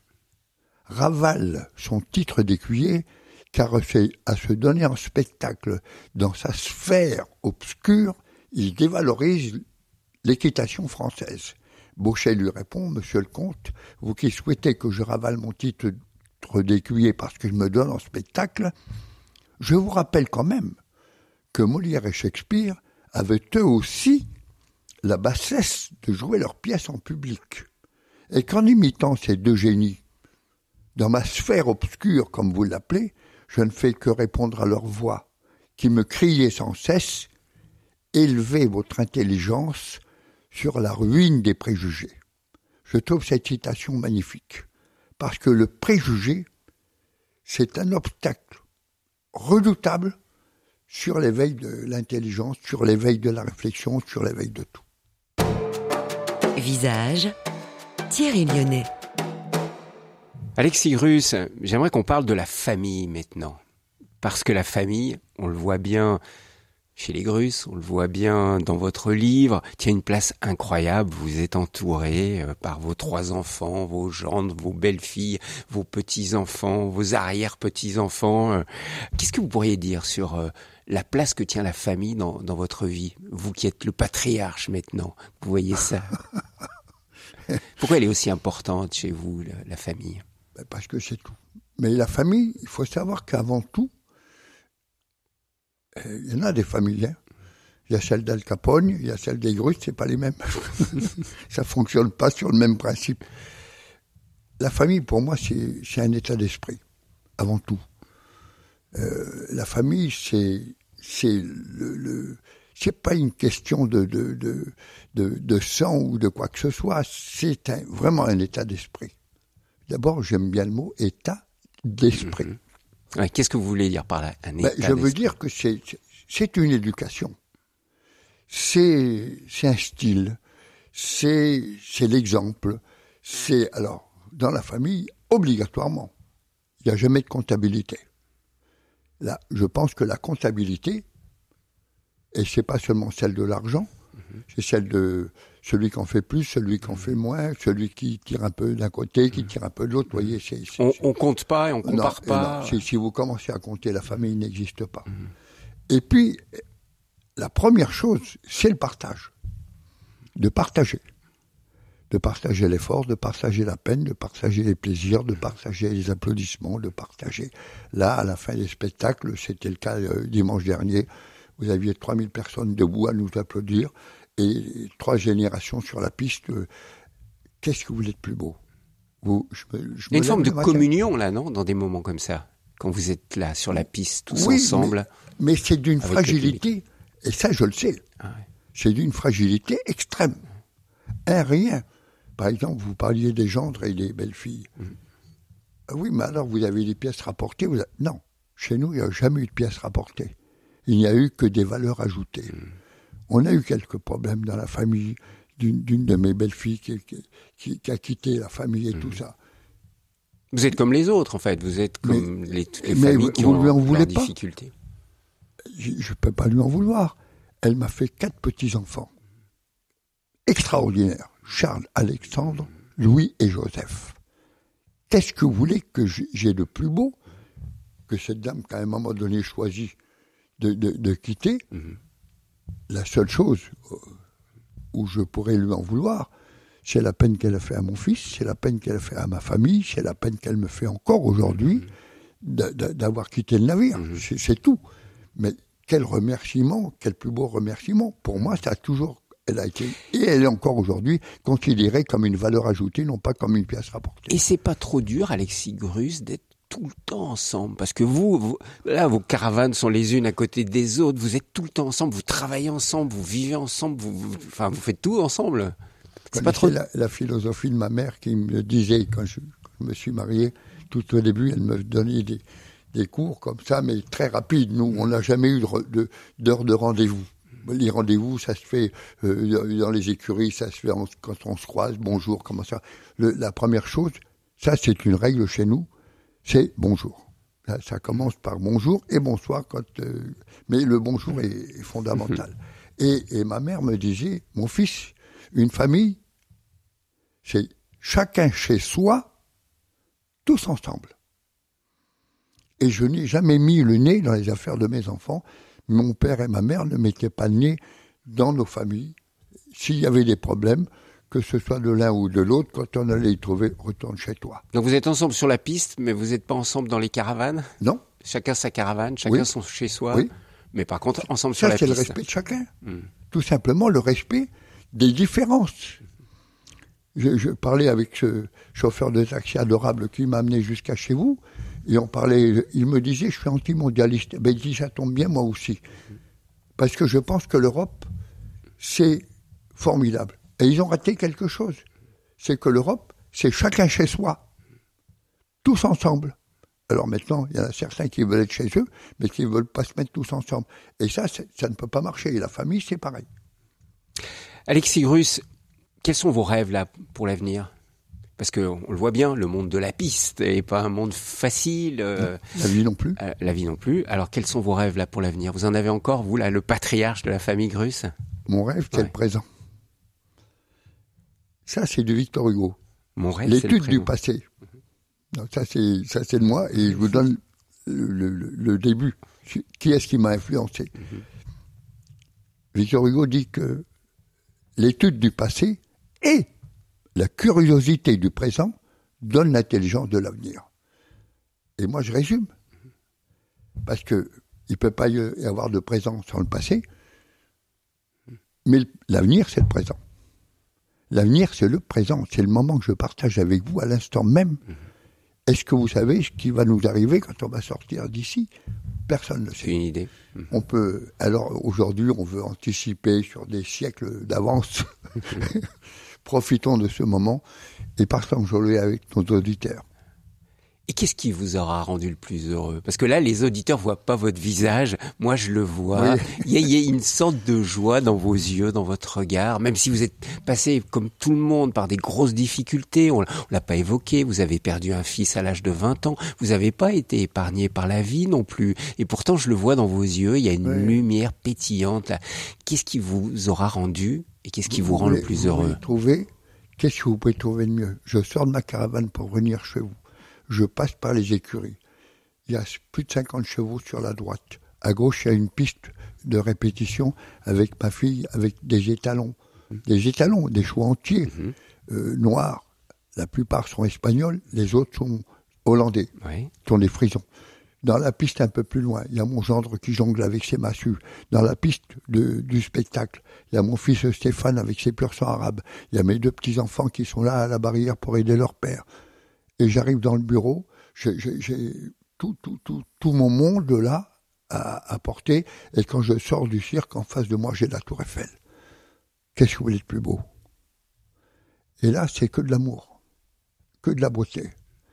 ravale son titre d'écuyer car c'est à se donner en spectacle dans sa sphère obscure, il dévalorise l'équitation française. Baucher lui répond, Monsieur le Comte, vous qui souhaitez que je ravale mon titre d'écuyer parce que je me donne en spectacle, je vous rappelle quand même que Molière et Shakespeare avaient eux aussi la bassesse de jouer leurs pièces en public. Et qu'en imitant ces deux génies, dans ma sphère obscure, comme vous l'appelez, je ne fais que répondre à leur voix, qui me criait sans cesse, élevez votre intelligence sur la ruine des préjugés. Je trouve cette citation magnifique, parce que le préjugé, c'est un obstacle redoutable sur l'éveil de l'intelligence, sur l'éveil de la réflexion, sur l'éveil de tout. Visage, Thierry Lyonnais. Alexis Grüss, j'aimerais qu'on parle de la famille maintenant. Parce que la famille, on le voit bien chez les Grüss, on le voit bien dans votre livre, tient une place incroyable. Vous êtes entouré par vos 3 enfants, vos gendres, vos belles-filles, vos petits-enfants, vos arrière-petits-enfants. Qu'est-ce que vous pourriez dire sur la place que tient la famille dans votre vie? Vous qui êtes le patriarche maintenant, vous voyez ça. Pourquoi elle est aussi importante chez vous, la famille? Parce que c'est tout. Mais la famille, il faut savoir qu'avant tout, il y en a des familles. Hein. Il y a celle d'Al Capone, il y a celle des Grüss, c'est pas les mêmes. Ça fonctionne pas sur le même principe. La famille, pour moi, c'est un état d'esprit, avant tout. La famille, c'est pas une question de sang ou de quoi que ce soit. C'est vraiment un état d'esprit. D'abord, j'aime bien le mot état d'esprit. Mm-hmm. Ouais, qu'est-ce que vous voulez dire par là, un état je veux dire que c'est une éducation. C'est un style. C'est l'exemple. Alors, dans la famille, obligatoirement, il n'y a jamais de comptabilité. Là, je pense que la comptabilité, et c'est pas seulement celle de l'argent, c'est celle de celui qui en fait plus, celui qui en fait moins, celui qui tire un peu d'un côté, qui tire un peu de l'autre. Vous voyez, on compte pas et on compare pas. Non, si vous commencez à compter, la famille n'existe pas. Et puis, la première chose, c'est le partage. De partager. De partager l'effort, de partager la peine, de partager les plaisirs, de partager les applaudissements, de partager. Là, à la fin des spectacles, c'était le cas dimanche dernier, vous aviez 3000 personnes debout à nous applaudir et 3 générations sur la piste. Qu'est-ce que vous voulez de plus beau? Il y a une forme de communion, là, non? Dans des moments comme ça, quand vous êtes là, sur la piste, tous ensemble. Mais c'est d'une fragilité, et ça, je le sais. Ah ouais. C'est d'une fragilité extrême. Rien. Par exemple, vous parliez des gendres et des belles-filles. Ah oui, mais alors, vous avez des pièces rapportées. Non, chez nous, il n'y a jamais eu de pièces rapportées. Il n'y a eu que des valeurs ajoutées. On a eu quelques problèmes dans la famille d'une de mes belles-filles qui a quitté la famille et tout ça. Vous êtes comme les autres, en fait. Vous êtes comme les familles qui ont leurs difficultés. Je ne peux pas lui en vouloir. Elle m'a fait 4 petits-enfants. Extraordinaires. Charles, Alexandre, Louis et Joseph. Qu'est-ce que vous voulez que j'ai de plus beau que cette dame, qu'à un moment donné, choisit de quitter? La seule chose où je pourrais lui en vouloir, c'est la peine qu'elle a fait à mon fils, c'est la peine qu'elle a fait à ma famille, c'est la peine qu'elle me fait encore aujourd'hui d'avoir quitté le navire. C'est tout. Mais quel remerciement, quel plus beau remerciement. Pour moi, ça a toujours, elle a été, et elle est encore aujourd'hui, considérée comme une valeur ajoutée, non pas comme une pièce rapportée. Et c'est pas trop dur, Alexis Grüss, d'être tout le temps ensemble, parce que vous, là, vos caravanes sont les unes à côté des autres, vous êtes tout le temps ensemble, vous travaillez ensemble, vous vivez ensemble, vous faites tout ensemble. C'est pas trop la philosophie de ma mère qui me disait, quand je me suis marié, tout au début, elle me donnait des cours comme ça, mais très rapides. Nous, on n'a jamais eu d'heure de rendez-vous. Les rendez-vous, ça se fait dans les écuries, ça se fait quand on se croise, bonjour, comment ça. La première chose, ça c'est une règle chez nous, c'est bonjour. Ça commence par bonjour et bonsoir, mais le bonjour est fondamental. Et ma mère me disait, mon fils, une famille, c'est chacun chez soi, tous ensemble. Et je n'ai jamais mis le nez dans les affaires de mes enfants. Mon père et ma mère ne mettaient pas le nez dans nos familles. S'il y avait des problèmes, que ce soit de l'un ou de l'autre, quand on allait y trouver, retourne chez toi. Donc vous êtes ensemble sur la piste, mais vous n'êtes pas ensemble dans les caravanes? Non. Chacun sa caravane, chacun son chez soi. Oui. Mais par contre, ensemble sur la piste. Ça, c'est le respect de chacun. Tout simplement le respect des différences. Je parlais avec ce chauffeur de taxi adorable qui m'a amené jusqu'à chez vous, et on parlait, il me disait, je suis anti-mondialiste. Ben, il dit, ça tombe bien, moi aussi. Parce que je pense que l'Europe, c'est formidable. Et ils ont raté quelque chose. C'est que l'Europe, c'est chacun chez soi. Tous ensemble. Alors maintenant, il y en a certains qui veulent être chez eux, mais qui ne veulent pas se mettre tous ensemble. Et ça ne peut pas marcher. Et la famille, c'est pareil. Alexis Grüss, quels sont vos rêves là pour l'avenir? Parce qu'on le voit bien, le monde de la piste n'est pas un monde facile. La vie non plus. La vie non plus. Alors, quels sont vos rêves là pour l'avenir? Vous en avez encore, vous, là, le patriarche de la famille Grus? Mon rêve, c'est le présent. Ça, c'est de Victor Hugo. Mon rêve, l'étude du passé. Donc, ça, c'est de moi, et je vous donne le début. Qui est-ce qui m'a influencé? Victor Hugo dit que l'étude du passé et la curiosité du présent donne l'intelligence de l'avenir. Et moi, je résume. Parce que il ne peut pas y avoir de présent sans le passé. Mais l'avenir, c'est le présent. L'avenir, c'est le présent. C'est le moment que je partage avec vous à l'instant même. Est-ce que vous savez ce qui va nous arriver quand on va sortir d'ici? Personne ne le sait. C'est une idée. On peut. Alors aujourd'hui, on veut anticiper sur des siècles d'avance. Profitons de ce moment et partageons-le avec nos auditeurs. Et qu'est-ce qui vous aura rendu le plus heureux? Parce que là, les auditeurs voient pas votre visage. Moi, je le vois. Oui. Il y a une sorte de joie dans vos yeux, dans votre regard. Même si vous êtes passé, comme tout le monde, par des grosses difficultés. On l'a pas évoqué. Vous avez perdu un fils à l'âge de 20 ans. Vous n'avez pas été épargné par la vie non plus. Et pourtant, je le vois dans vos yeux. Il y a une lumière pétillante là. Qu'est-ce qui vous aura rendu et qu'est-ce qui vous rend le plus heureux? Qu'est-ce que vous pouvez trouver de mieux? Je sors de ma caravane pour venir chez vous. Je passe par les écuries. Il y a plus de 50 chevaux sur la droite. À gauche, il y a une piste de répétition avec ma fille, avec des étalons. Des étalons, des chevaux entiers, noirs. La plupart sont espagnols, les autres sont hollandais, sont des frisons. Dans la piste un peu plus loin, il y a mon gendre qui jongle avec ses massues. Dans la piste du spectacle, il y a mon fils Stéphane avec ses pur sang arabes. Il y a mes deux petits-enfants qui sont là à la barrière pour aider leur père. Et j'arrive dans le bureau, j'ai tout mon monde là à porter. Et quand je sors du cirque, en face de moi, j'ai la Tour Eiffel. Qu'est-ce que vous voulez de plus beau? Et là, c'est que de l'amour, que de la beauté.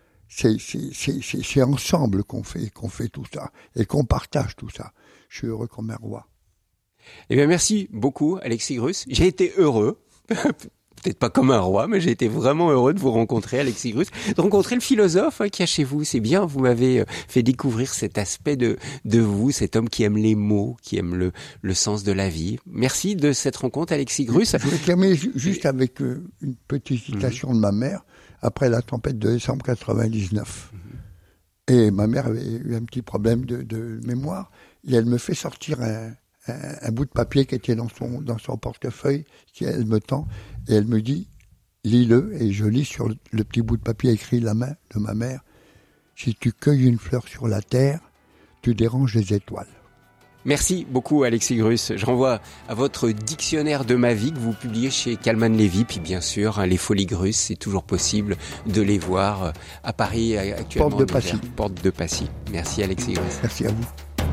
C'est ensemble qu'on fait tout ça et qu'on partage tout ça. Je suis heureux comme un roi. Eh bien, merci beaucoup, Alexis Grus. J'ai été heureux. Peut-être pas comme un roi, mais j'ai été vraiment heureux de vous rencontrer, Alexis Grus, de rencontrer le philosophe qu'il y a chez vous. C'est bien, vous m'avez fait découvrir cet aspect de vous, cet homme qui aime les mots, qui aime le sens de la vie. Merci de cette rencontre, Alexis Grus. Je vais terminer juste avec une petite citation de ma mère, après la tempête de décembre 99. Et ma mère avait eu un petit problème de mémoire, et elle me fait sortir un bout de papier qui était dans son portefeuille, qu'elle me tend, et elle me dit, lis-le, et je lis sur le petit bout de papier écrit la main de ma mère, si tu cueilles une fleur sur la terre, tu déranges les étoiles. Merci beaucoup, Alexis Grus. Je renvoie à votre dictionnaire de ma vie que vous publiez chez Calman Lévy, puis bien sûr, les Folies Grus, c'est toujours possible de les voir à Paris actuellement. Porte de Passy. Porte de Passy. Merci, Alexis Grus. Merci à vous.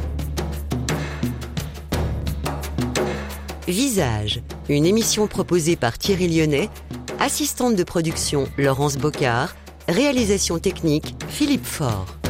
Visage, une émission proposée par Thierry Lyonnais, assistante de production Laurence Bocard, réalisation technique Philippe Faure.